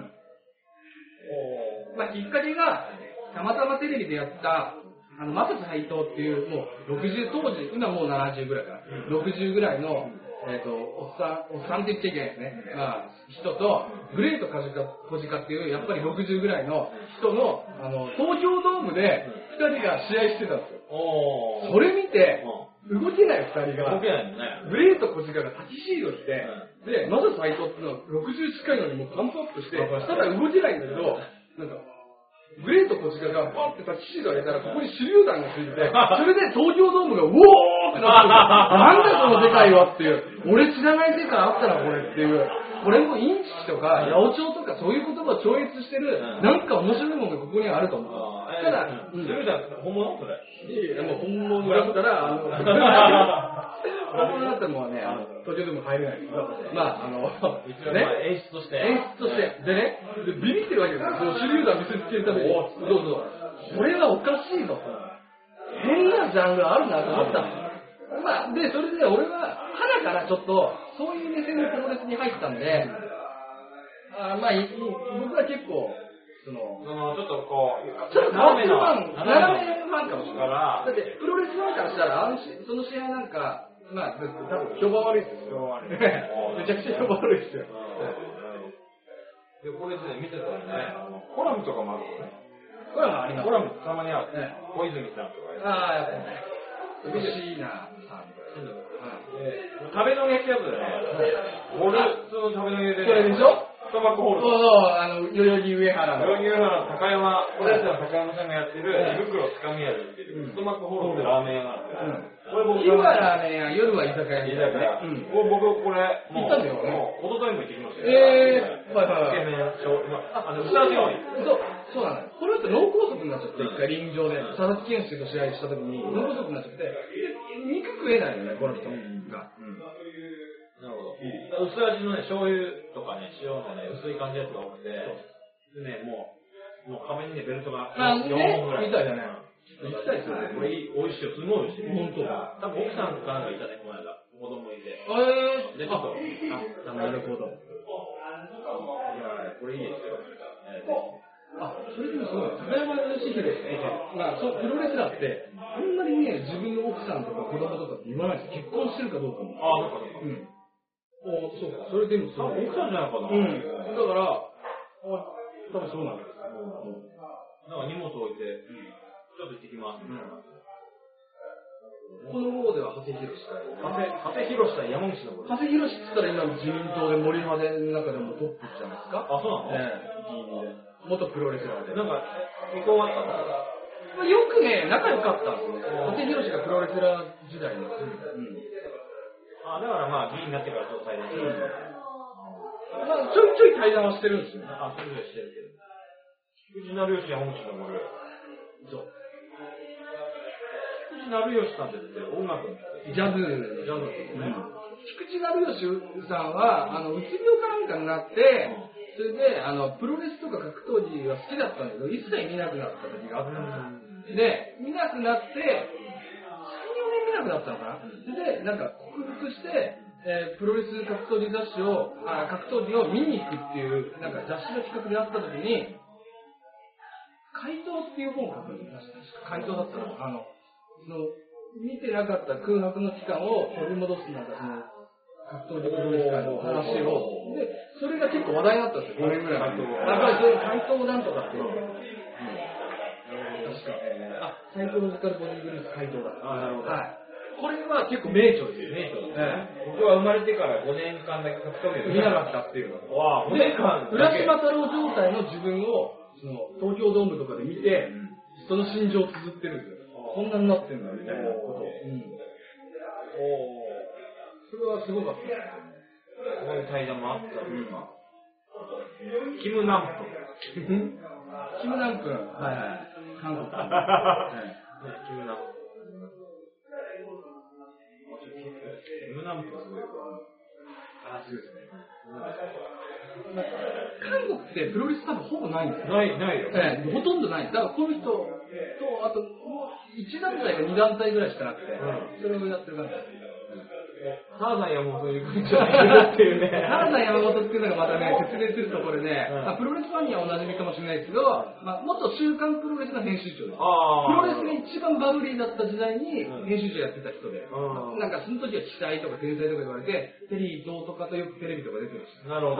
まあ、きっかけが、たまたまテレビでやった、マサス配当っていう、もう60、当時、今もう70ぐらいかな、60ぐらいの、おっさんって言っちゃいけないですね。まあ、人と、グレート小鹿っていう、やっぱり60ぐらいの人の、東京ドームで2人が試合してたんですよ。それ見て、動けない2人が、グレート小鹿がタキシード着て、で、マサス配当っていうのは60近いのにもうパンプアップして、ただ動けないんだけど、なんか、グレート小鹿がパッてタキシード上げたら、ここに手榴弾がついてて、それで東京ドームがうおーってなってる。なんだこの世界はっていう、俺知らない世界あったなこれっていう、これもインチキとか八百長とかそういう言葉を超越してる、なんか面白いものがここにはあると思う。ただ、 手榴弾本物それ。 いや、もう本物だったら、本物だったのはね、東京ドーム入れないけど、まあ、 演出として。 でね、ビビってるわけですよ。手榴弾見せつけるために。どうぞ。これはおかしいぞ。変なジャンルあるなと思ったの。 まあ、で、それで俺は、花からちょっと、そういう目線でプロレスに入ったんで、まあ、僕は結構、 ちょっとこう、 ちょっと斜めの斜めファンかもしれない。 だって、プロレスファンからしたら、その試合なんか、まあ、多分評判悪いですよ。 評判悪い。 めちゃくちゃ評判悪いですよ。 で、これね、見てたらね、コラムとかもあるよね。 コラムあります。 コラムたまにある。小泉さんとか。 ああ、やっぱね。嬉しいな、さん。 壁の焼きやつだね。俺、その壁の焼きで。 これでしょ？ ストマックホール。 そう、代々木上原の。 代々木上原の高山、俺たちの高山さんがやってる、胃袋つかみ味っていう、ストマックホールってラーメン屋があって。これ僕昼はラーメン屋、夜は居酒屋。 居酒屋。僕、これ、 行ったんだよ。 もう、一昨日も行ってきましたよ。 はいはい。 つけ麺、薄味多い。 そうなのよ。この人脳梗塞になっちゃって、一回リング上で、佐々木健介と試合した時に脳梗塞になっちゃって、肉食えないよね、この人が。 なるほど。薄味のね、醤油とかね、塩のね、薄い感じのやつが多くて、でね、もう壁にね、ベルトが4本ぐらい。 みたいだね。 行きたいですよね。これ美味しいよ。すごい美味しい。 本当だ。 多分奥さんかなんかいたね、この間。子供いて。で、ちょっと。 なるほど。 いや、これいいですよ。 それでもすごい。高山義弘まあ、プロレスラーって、あんまりね、自分の奥さんとか子供とかって言わないですよ。結婚してるかどうかも。 そうか。 そうか。それでもそう。 奥さんじゃないかな。 だから、多分そうなんです。 なんか荷物置いて、ちょっと行ってきます。 この方では長谷博士長谷博士対山口の長谷博士って言ったら今自民党で森までの中でもトップじゃないですか。 あ、そうなの？ 元プロレスラーで。 なんか、離婚あったの？ よくね、仲良かったんですね。長谷博士がプロレスラー時代の。 だからまあ、議員になってからちょっと対談してる。 まあ、ちょいちょい対談はしてるんですよね。 そういうのしてるけど。藤成吉山口の森。 そう。 菊池成吉さんって音楽のジャズですね。菊池成吉さんは、うつ病かなんかになって、それで、プロレスとか格闘技は好きだったんだけど、一切見なくなった時があったんです。で、見なくなって、3、4年見なくなったのかな。で、なんか克服して、プロレス格闘技雑誌を、格闘技を見に行くっていう、なんか雑誌の企画であった時に、怪盗っていう本を書くんです。怪盗だったら、見てなかった空白の期間を取り戻すなんか格闘技プロレス界の話を、で、それが結構話題になったんですよ、5年ぐらい前。やっぱりそういう怪盗なんとかっていうのが。確か。サイコロジカルボディグループ怪盗だ。 なるほど。 はい。これは結構名著ですよ。 名著ですね。僕は生まれてから5年間だけ格闘技見なかったっていうのは。5年間浦島太郎状態の自分を、東京ドームとかで見て、その心情を綴ってるんですよ。こんなになってんだみたいなことを。それはすごかったですね。 こういう対談もあったりとか。キム・ナンプン。 キム・ナンプン。はいはい。韓国。 キム・ナンプン。キム・ナンプンすごいわ。 すごいですね。韓国ってプロレス多分ほぼないんですよ。 ないよ。 ほとんどない。だからこの人と、あと、1団体か2団体ぐらいしかなくて、それをやってる感じです。 ターザン山本に組んじゃっていうね。 ターザン山本っていうのがまたね、説明するとこれね、プロレスファンにはおなじみかもしれないですけど、元週刊プロレスの編集長です。プロレスが一番バブリーだった時代に編集長やってた人で、なんかその時は奇才とか天才とか言われて、テリーどうとかとよくテレビとか出てました。 なるほど。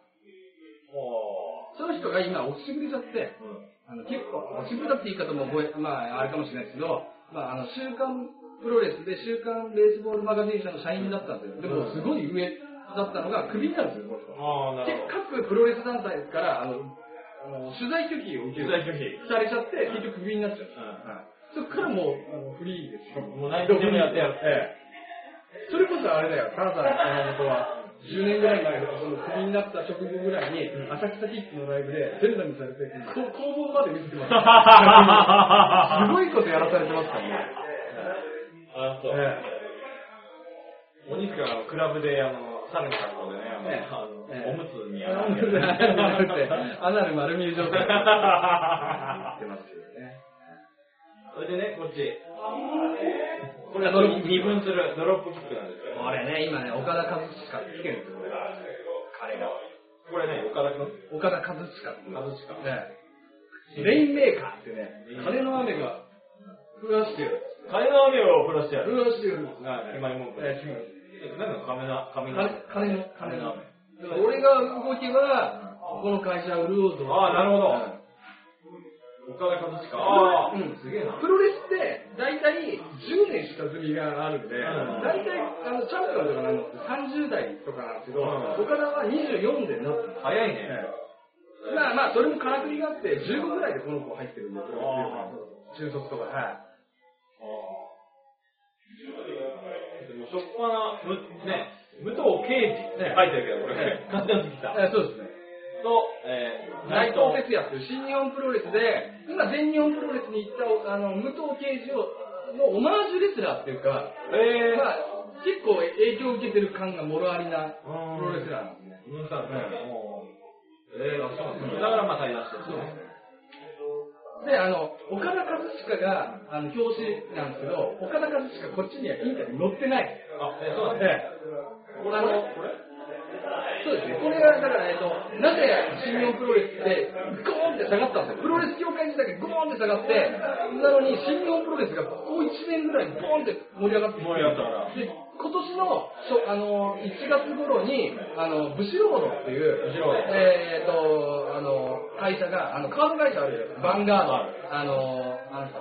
その人が今落ちぶれちゃって、結構落ちぶれたって言い方もあれかもしれないですけど、週刊プロレスで週刊ベースボールマガジン社の社員だったんですよ。でもすごい上だったのがクビになるんですよ、この人。各プロレス団体から取材拒否を受けされちゃって、結局クビになっちゃう。そっからもうフリーです。 もう何でもやってやる。 それこそあれだよ、ターザン山本は。10年ぐらい前のそのクビになった直後ぐらいに、浅草キッズのライブで全裸にされて、肛門まで見せてます。すごいことやらされてますからね。 そう。お肉はクラブで猿の格好でね、おむつにアナル丸見え状態。言ってますよね。 それでね、こっち。これは二分するドロップキックなんですよ。 これね、今ね、岡田和親って来てるんですよ、彼が。 これね、岡田和親。 レインメーカーってね、金の雨が降らしてる。 金の雨を降らしてやる。 降らしてる。 決まり文句。何の金の雨。 俺が動けば、この会社を潤うと。 ああ、なるほど。岡田和親。ああ、すげえな。 プロレスって、だいたい10年下積みがあるんで、だいたいチャンピオンとかなんですけど、30代とかなんですけど、岡田は24でなってます。 早いね。 まあ、それもからくりがあって、15ぐらいでこの子入ってるんで、中卒とか。 しょっぱな、ね、武藤敬司って書いてるけど、俺、簡単に来た。 そうですね。 と、 内藤哲也っていう新日本プロレスで、今全日本プロレスに行った武藤敬司のオマージュレスラーっていうか、まあ、結構影響を受けてる感がもろありなプロレスラーなんですね。 そうなんですね。だからまあ対談してるんですね。 で、岡田和親が表紙なんですけど、岡田和親こっちにはインタビュー載ってない。 そうなんですね。これそうですね。これが、だから、なぜ新日本プロレスってゴーンって下がったんですよ。プロレス協会自体がゴーンって下がって、なのに新日本プロレスがここ1年ぐらいボーンって盛り上がってきて、で、今年の1月頃に、ブシロードっていう、会社が、カード会社あるじゃないですか。ヴァンガード。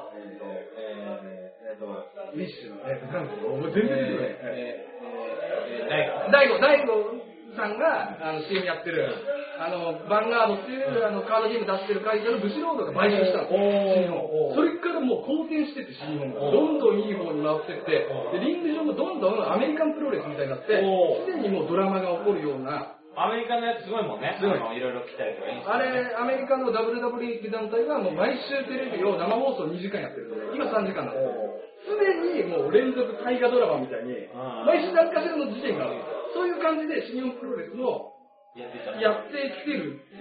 ウィッシュの、もう全然出てこない。大悟さんがCM やってる、ヴァンガードっていうカードゲーム出してる会社のブシロードが買収したんですよ。それからもう好転してて、新日本がどんどんいい方に回ってって、でリング上もどんどんアメリカンプロレスみたいになって、すでにもうドラマが起こるような。 アメリカのやつすごいもんね。すごい。いろいろ来たりとか。 あれ、アメリカの WWE って団体がもう毎週テレビを生放送2時間やってるので、今3時間なんですよ。すでにもう連続大河ドラマみたいに、毎週何かしらの事件があるんですよ。そういう感じで新日本プロレスもやってきてるって、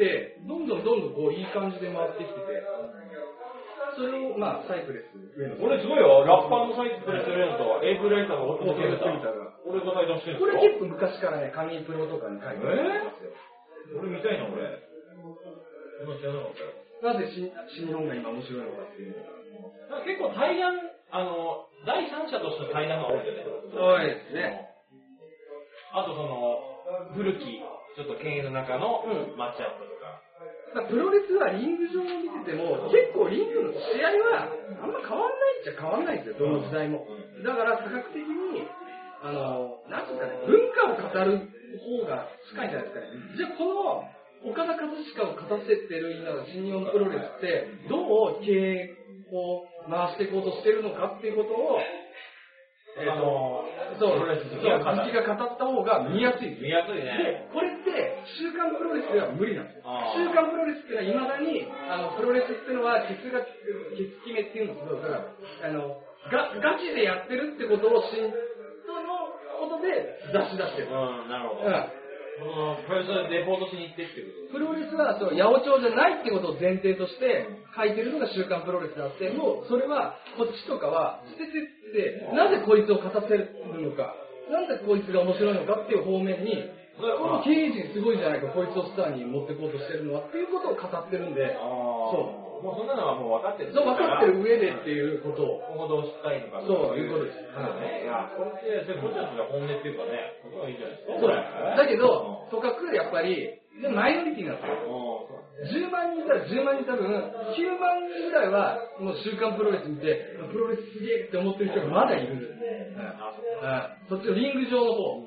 どんどんこういい感じで回ってきてて、それをまあサイクレス俺すごいよ、ラッパーのサイクレス上野とエイプレイターのオートケーター。俺が対談してるんですか？ これ結構昔からね、紙プロとかに書いてあるんですよ。 俺見たいな、俺。今知らなかったよ。 なぜ新日本が今面白いのかっていうのが。 結構対談、第三者としての対談が多いよね。 そうですね。 あと古き、ちょっと犬の中のマッチアップとか。 プロレスはリング上を見てても、結構リングの試合はあんま変わんないっちゃ変わんないんですよ、どの時代も。だから多角的に、なんていうかね、文化を語る方が近いんじゃないですかね。じゃあこの岡田和親を勝たせてる新日本プロレスって、どう経営を回していこうとしてるのかっていうことを、鈴木が語った方が見やすい。 見やすいね。 で、これって週刊プロレスでは無理なんですよ。週刊プロレスっていうのは未だにプロレスっていうのはケツ決めっていうんですけど、だからガチでやってるってことをそのことで出してる。 なるほど。プロレスはレポートしに行ってってこと。 プロレスは八百長じゃないってことを前提として書いてるのが週刊プロレスであって、もうそれはこっちとかは捨ててって、なぜこいつを勝たせるのか、なんでこいつが面白いのかっていう方面に、この経営陣すごいじゃないか、こいつをスターに持ってこうとしてるのはっていうことを語ってるんで、そう。 もうそんなのはもう分かってる。 そう、分かってる上でっていうことを。 行動したいのか。 そういうことです。 いや、これって、こっちは本音っていうかね、これはいいじゃないですか。 そうだけど、とかくやっぱり、マイノリティなんですよ。10万人いたら10万人多分、9万人ぐらいは、もう週刊プロレス見て、プロレスすげえって思ってる人がまだいるんです。そっちのリング上の方。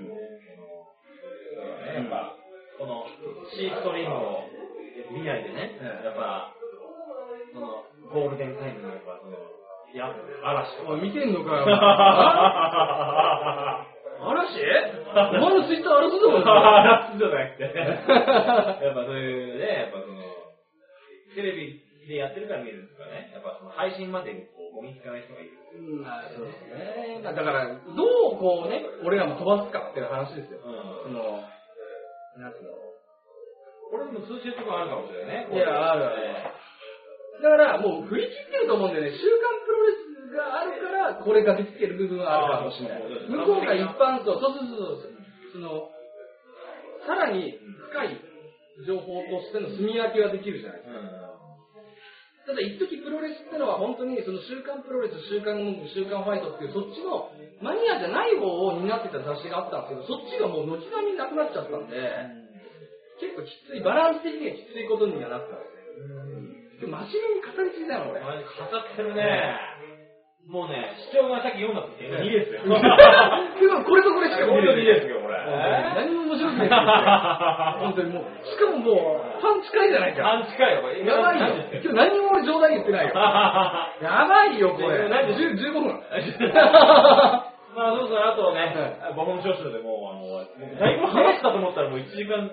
やっぱ、この、シーストリームを見ないでね、やっぱ、ゴールデンタイムのやっぱ嵐とか。 見てんのかよ。嵐？お前のツイッター嵐だもんな。嵐じゃなくて。やっぱそういうね、やっぱテレビでやってるから見るんですかね。やっぱ配信までにゴミつかない人がいる。 そうですね。だから、どうこうね、俺らも飛ばすかっていう話ですよ。なんつうの。 これでも通信とかあるかもしれないね。 いや、あるある。だからもう振り切ってると思うんだよね。週刊プロレスがあるから、これができてる部分はあるかもしれない。向こうが一般層、さらに深い情報としての住み分けはできるじゃないですか。ただ一時プロレスってのは本当にその週刊プロレス、週刊文具、週刊ファイトっていうそっちのマニアじゃない方を担ってた雑誌があったんですけど、そっちがもう軒並みなくなっちゃったんで、結構きつい、バランス的にはきついことにはなったんですね。真面目に語りすぎだよ、俺。 語ってるね。もうね、視聴がさっき読んだって2ですよ。 これとこれしか見れない。 2ですよ、これ。 何も面白くないですよ。本当にもう、しかももう、パン近いじゃないか。 パン近いよ、これ。 やばいよ。今日何も俺冗談言ってないよ。やばいよ、これ。15分。 まあ、そうそう、あとね、5分少々でもう、だいぶ話したと思ったらもう1時間、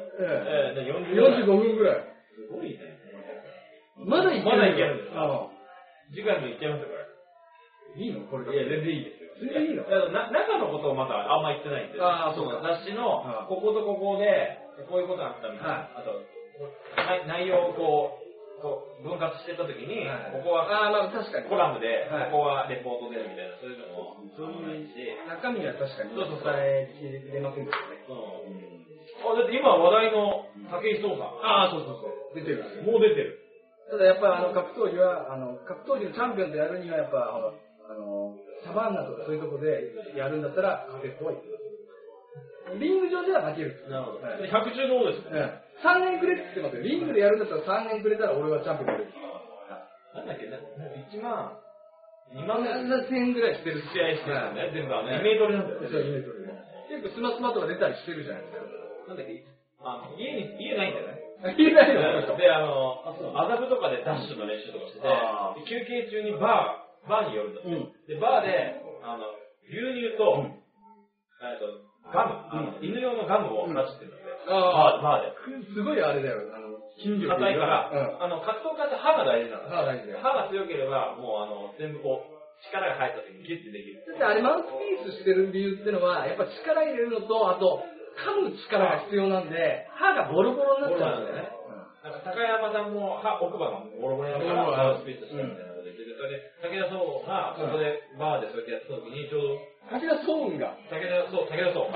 45分ぐらい。 すごいね。 まだいけるんですか？次回もいっちゃいますよ、これ。 いいのこれ。 いや、全然いいですよ。 全然いいの？ 中のことをまたあんま言ってないんで。 そうか。 雑誌の、こことここで、こういうことがあったみたいな。あと、内容をこう、分割してたときに、ここは、 確かに。 コラムで、ここはレポートでみたいな、そういうのも、そういうし。 中身は確かに、伝えきれませんでしたね。 だって今話題の武井壮さん。 そう。出てる。 もう出てる。 ただやっぱ格闘技は、格闘技のチャンピオンでやるにはやっぱ、サバンナとかそういうとこでやるんだったら、勝てるとは言ってます。リング上では負ける。 なるほど。100中のですね。 3年くれって言ってますよ。リングでやるんだったら3年くれたら俺はチャンピオンになれる。 なんだっけ、1万、2万 1000円ぐらいしてる試合してるんだよね。全部2メートルなんだよね。 そう、2メートル。結構スマスマとか出たりしてるじゃないですか。 なんだっけ、家ないんだよね。 家ないの？ で、麻布とかでダッシュの練習とかしてて、休憩中にバーに寄るんだよ。で、バーで、牛乳と、ガム、犬用のガムを出してるんだよ。バーで。 すごいあれだよ。筋力硬いから、格闘家って歯が大事なんだ。歯が強ければ、もう全部こう、力が入った時にギュッてできる。 だってあれマウスピースしてる理由ってのは、やっぱ力入れるのと、あと、噛む力が必要なんで、歯がボロボロになっちゃうんだよね。 なんか高山さんも奥歯がボロボロになるからマウスピースしたみたいなことで、それで武田壮がそこでバーでそうやってやった時にちょうど武田壮雲が武田壮やった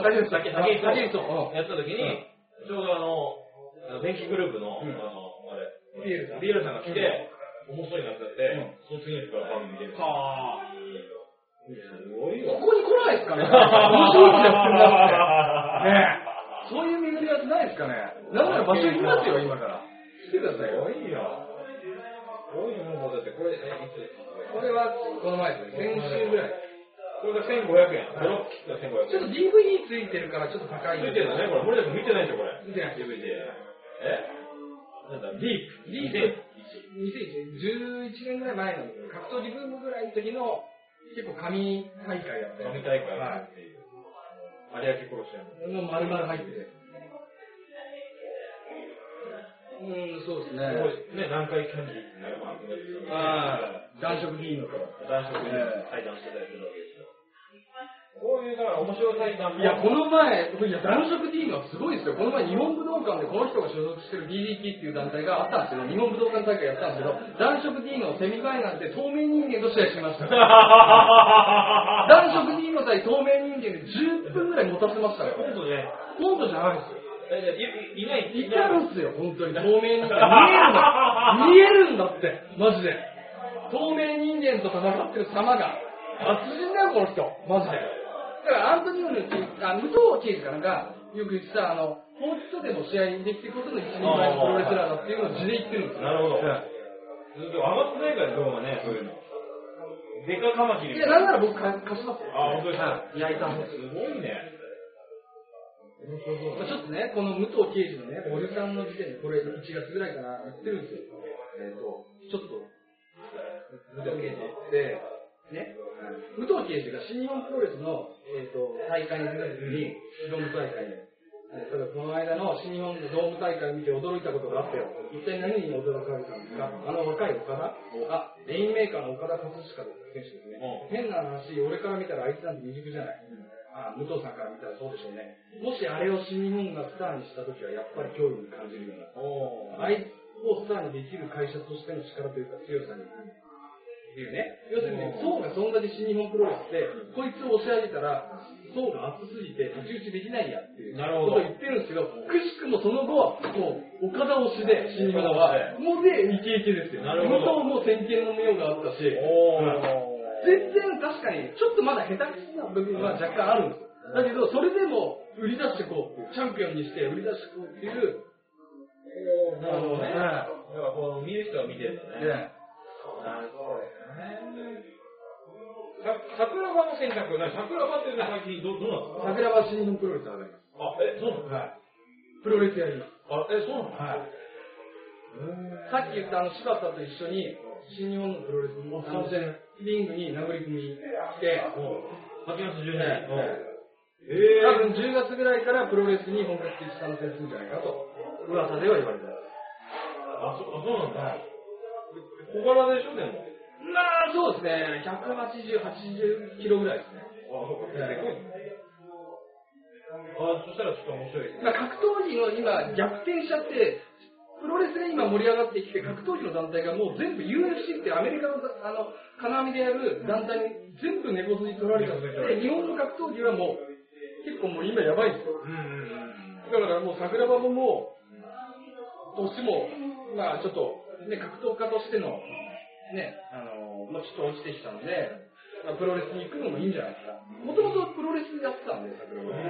時にちょうど電気グループのビエルさんが来て面白いなってなってその次の日から番組見てる。すごいよ。 ここに来ないですかね。面白いやってますね。そういう巡り合わせないですかね。なんなら場所行きますよ、今から。来てくださいよ。 すごいよ。こういうのもだってこれ、いつこれはこの前ですね。先週ぐらい。 これが1500円。ブロック切った1500円。 ちょっと DVD ついてるからちょっと高い。 ついてるのね、これ。森田君見てないでしょ、これ。 見てない。 DVD。なんだ、ディープ。 2011年ぐらい前の格闘技ブームぐらいの時の結構神大会やった神大会っていう。有明殺し屋もう丸々入ってて。そうですね。 南海キャンディーってね、 男色議員のと。 男色議員対談してたりするわけですよ。こういう、だから面白い対談も。 いや、この前、男色 D のはすごいですよ。この前、日本武道館でこの人が所属してる DDT っていう団体があったんですけど、日本武道館大会やったんですけど、男色 D のセミファイナルで透明人間と試合しました。男色 D の対透明人間で10分ぐらい持たせましたよ。 コントね。 コントじゃないですよ。 いないいたるんすよ、本当に。透明人間。見えるんだって、マジで。透明人間と戦ってる様が。達人だよ、この人。マジで。だからアントニオの武藤刑事かなんか、よく言ってた、法律とでも試合にできていくことの一人前のプロレスラーだっていうのを字で言ってるんですよ。 なるほど。ずっと上がってないからどうもね、そういうの。でかカマキリ。 いや、なんなら僕貸しますよ。 本当ですか。 焼いたんです。 すごいね。 ちょっとね、この武藤刑事のね、おじさんの時点で、これ1月ぐらいかな、やってるんですよ。ちょっと、武藤刑事で、ね、武藤刑事が新日本プロレスの、大会に出た時に、ドーム大会で、ただこの間の新日本のドーム大会を見て驚いたことがあったよ。一体何に驚かれたんですか？若い岡田？レインメーカーの岡田和親選手ですね。変な話、俺から見たらあいつなんて未熟じゃない。武藤さんから見たらそうでしょうね。もしあれを新日本がスターにしたときはやっぱり脅威に感じるような。あいつをスターにできる会社としての力というか強さにいうね。 要するに、層がそんだけ新日本プロレスで、こいつを押し上げたら、層が厚すぎて太刀打ちできないやっていうことを言ってるんですけど、くしくもその後は、もう、岡田推しで、新日本は、もうで、イケイケですよ。 なるほど。 武藤も先見の明があったし、全然確かに、ちょっとまだ下手くそな部分は若干あるんですよ。だけど、それでも、売り出してこう、チャンピオンにして売り出してこうっていう、 なるほどね。だからこう見る人は見てるとね。なるほどね。桜庭の選択、桜庭っていうのは最近どうなんですか？ 桜庭新日本プロレス上がります。 あ、そうなの？ はい。プロレスやります。 あ、そうなの？ はい。さっき言った柴田と一緒に新日本のプロレスの参戦リングに殴り込みして、 8月12日。 多分10月ぐらいからプロレスに本格的に参戦するんじゃないかと噂では言われてます。 あ、そうなんだ。小柄でしょでも。 まあそうですね。180、80キロぐらいですね。 そしたらちょっと面白いですね。 格闘技の今逆転しちゃって、プロレスが今盛り上がってきて、格闘技の団体がもう全部 UFC ってアメリカの金網でやる団体に全部根こそぎ取られちゃって、日本の格闘技はもう結構もう今やばいですよ。だからもう桜庭も年もまあちょっとね格闘家としてのねちょっと落ちてきたんで、プロレスに行くのもいいんじゃないですか。もともとプロレスやってたんで桜庭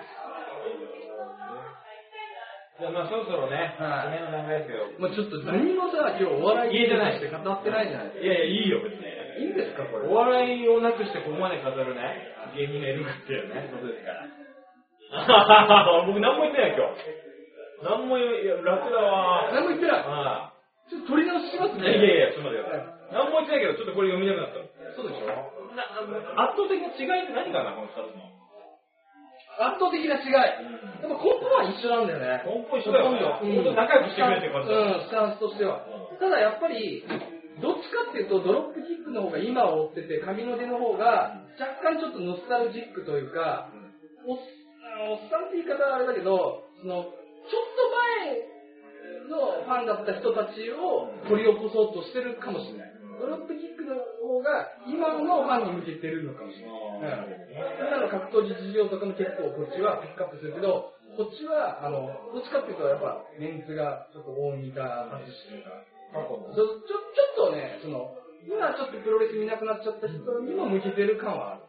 じゃあまあそろそろね、夢の長いですよ。 まあちょっと何もさ今日お笑い家じゃないして語ってないじゃないですか。 いやいやいいよ別に。 いいんですかこれ。 お笑いをなくしてここまで語るね芸人がいるっていうねことですから。僕何も言ってない今日。何も楽だわ。 何も言ってない。ちょっと取り直ししますね。 いやちょっと待ってください。何も言ってないけどちょっとこれ読みたくなった。 そうでしょ。 圧倒的な違いって何かなこの2つの。 圧倒的な違い。でも根本は一緒なんだよね。 根本一緒だよね。本当仲良くしてくれって感じ。 スタンスとしては。ただやっぱり、どっちかっていうと、ドロップキックの方が今を追ってて、神の手の方が若干ちょっとノスタルジックというか、おっさんって言い方はあれだけど、ちょっと前のファンだった人たちを掘り起こそうとしてるかもしれない。ドロップキックの方が今のファンに向けてるのかもしれない。今の格闘技事情とかも結構こっちはピックアップするけど、こっちはどっちかっていうとやっぱメンツがちょっと大仁田淳とか、ちょっとね今ちょっとプロレス見なくなっちゃった人にも向けてる感はある。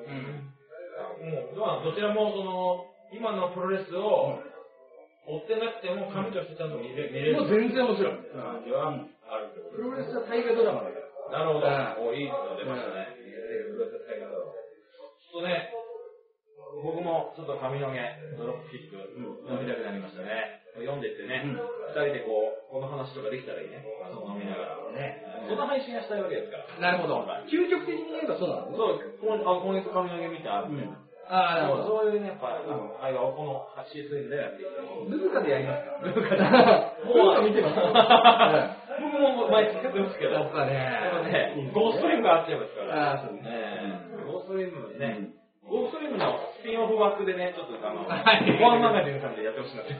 もうどちらも今のプロレスを追ってなくても神としてちゃんと見れる。 もう全然面白い。プロレスは大河ドラマだから。 なるほど。いいの出ましたね。プロレス大河ドラマ。ちょっとね、僕もちょっと髪の毛、ドロップキック、飲みたくなりましたね。読んでってね、2人でこの話とかできたらいいね。飲みながら。ね。そんな配信がしたいわけですから。 なるほど。究極的に言えばそうなのね。 そう、今月髪の毛見てあるんで。 なるほど。 そういうね、やっぱ、会話をこのシーズンでやっていく。 ルブカでやりますか？ ルブカで。 もう見てます。 僕も毎月やってますけど。 やっぱね、 ゴーストリームがあっちゃいますから。 そうですね。 ゴーストリームね。ゴーストリームのスピンオフ枠でね、ちょっとコアマガジンさんでやってほしいなって。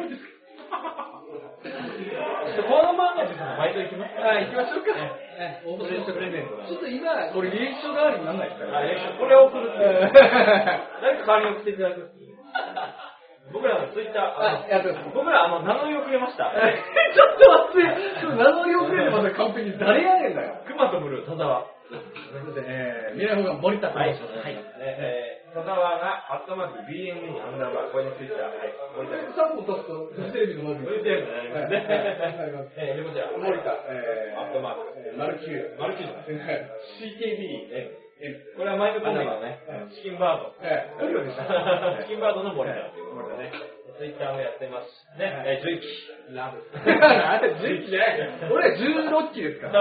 コアマガジンさんのバイト行きますか？ 行きましょうか。 プレゼント。 ちょっと今、これ履歴書代わりにならないですか？ これを送るって。誰か代わりに送っていただく。僕らのツイッター、僕ら名乗りをくれました。 ちょっと待って、名乗りをくれてまた完璧に誰やねんだよ。 熊とブルー、田沢。 未来保護森田と申します。 田沢が@BMEアンダーバー、これにツイッター、森田。 3本足すと、フジテレビの文字。 フジテレビになりますね。こちら、 森田、 マルキュー、CKB、これはマイクコンビのね、チキンバード。トリオでした。チキンバードの森田ということでね、ツイッターをやってます。ね、11期。 ラブ。11期じゃない。俺16期ですから。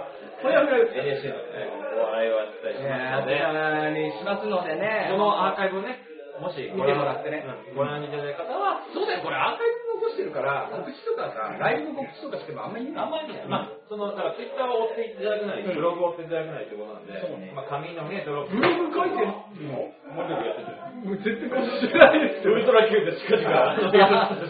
これは NSC のね、お笑いをやったりしますので。 しますのでね。 このアーカイブをね、もし見てもらってね、 ご覧いただいた方は、 そうだよ、これアーカイブ残してるから、告知とかさ、ライブの告知とかしてもあんまり意味ない。 あんまりね、だからツイッターを追っていただくなり、ブログを追っていただくなりということなんで、紙のね、ブログ書いてるの？ もうやってる。 もう絶対更新してないですよ。 ウルトラ Q で近々。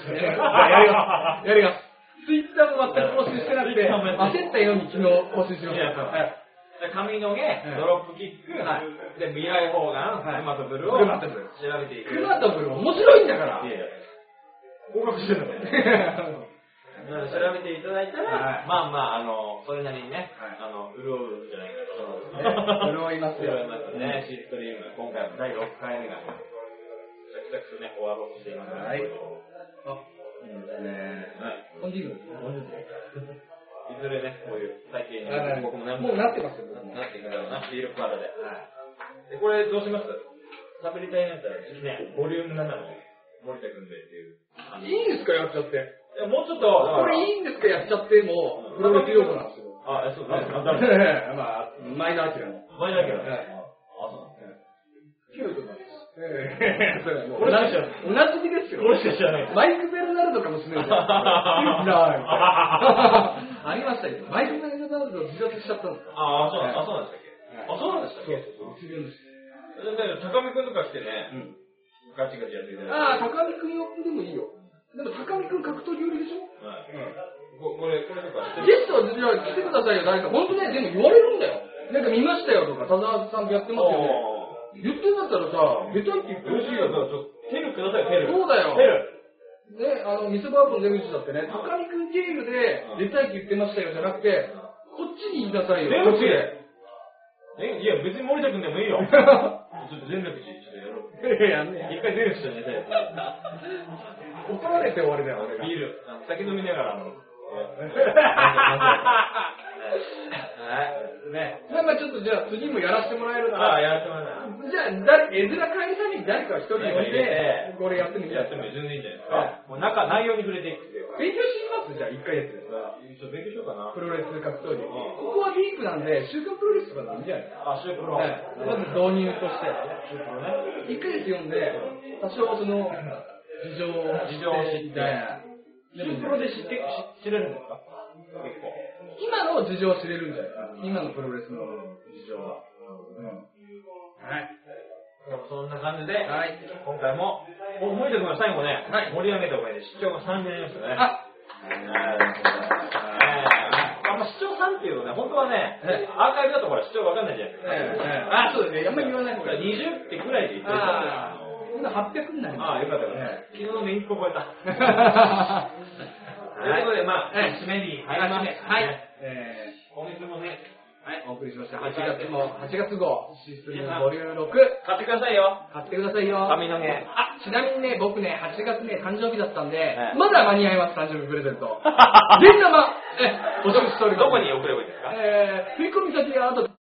やります。ツイッターも全く更新してなくて、焦ったように昨日更新しました。 髪の毛、ドロップキック、で、未来砲丸、クマとブルを調べていく。 クマとブル面白いんだから。 合格してるのね。調べていただいたら、まあまあ、それなりにね、潤うじゃないかと。 潤いますよ。 潤いますね。シーストリーム、今回は第6回目が、サクサクとね、終わろうとしています。 はい。あ、いいですね。本日いずれね、こういう体型に、僕ももうなってますよ。 なっていくだろうな、ビールクワードで。で、これどうします？サブリタイになったらね、ボリューム7の森田君でっていう。 いいんですか、やっちゃって。 もうちょっと、 これいいんですか、やっちゃっても、プロレス用語なんですよ。 あ、そうだね。 まあ、マイナーキラの。 マイナーキラ。あ、そうなんですね。キュートなんです。それもう同じですよ。 俺しか知らない。 マイク・ベルナルドかもしれない。ありましたけど、マイク・ベルナルド自殺しちゃったんですか。 あ、そうなんでしたっけ。あ、そうなんでしたっけ。高見くんとか来てね、ガチガチやってくれる。 ああ、高見くん呼んでもいいよ。でも高見くん格闘技寄りでしょ。 はい。これとか。 ゲストじゃあ来てくださいよ、誰か。本当ね、でも言われるんだよ。なんか見ましたよとか、田沢さんやってますよね。言ってんだったらさ、出たいって言ってほしいよ。 テルください、テル。 そうだよ。 テル。 ね、ミスバーブの出口だってね、高見くん経由で出たいって言ってましたよじゃなくて、こっちに言いなさいよ。 こっちで。いや、別に森田くんでもいいよ。ちょっと全力士、ちょっとやろう。 やんね一回全力士と寝たい。 怒られて終わりだよ、俺が。 ビール、酒飲みながら、 ね。まあちょっとじゃあ次もやらせてもらえるなら。 ああ、やらせてもらえる。 じゃあ、絵面変えるために誰か一人呼んで、これやってみやっても全然いいんじゃないですか。もう内容に触れていくっていう。 勉強しますじゃあ、1ヶ月。 勉強しようかな。 プロレス格闘技。ここはディープなんで、週刊プロレスとかでもいいんじゃないですか。 あ、週プロ。 まず導入として。 週プロね。 1ヶ月読んで、多少その、事情を知って、 週プロで知れるんですか？結構。 今の事情を知れるんじゃないかな。今のプロレスの事情は。はい。 そんな感じで、今回も、森田君が最後ね、盛り上げたおかげで視聴が3になりましたね。視聴3っていうとね、本当はね、アーカイブだとほら視聴わかんないじゃないですか。 あ、そうですね。あんまり言わない方がいい。 20ってくらいで言ってるから。 今800になります。 ああ、よかったよね。昨日のメイン1個超えた。ということで、まあ、締めに入ります。はい。今月もね、 お送りしました。8月号、シストリームボリューム6。 買ってくださいよ。 買ってくださいよ。 髪の毛。 あ、ちなみにね、僕ね、8月ね、誕生日だったんで、まだ間に合います、誕生日プレゼント。現生、お届けしております。 どこに送ればいいですか？ 振り込み先が後で。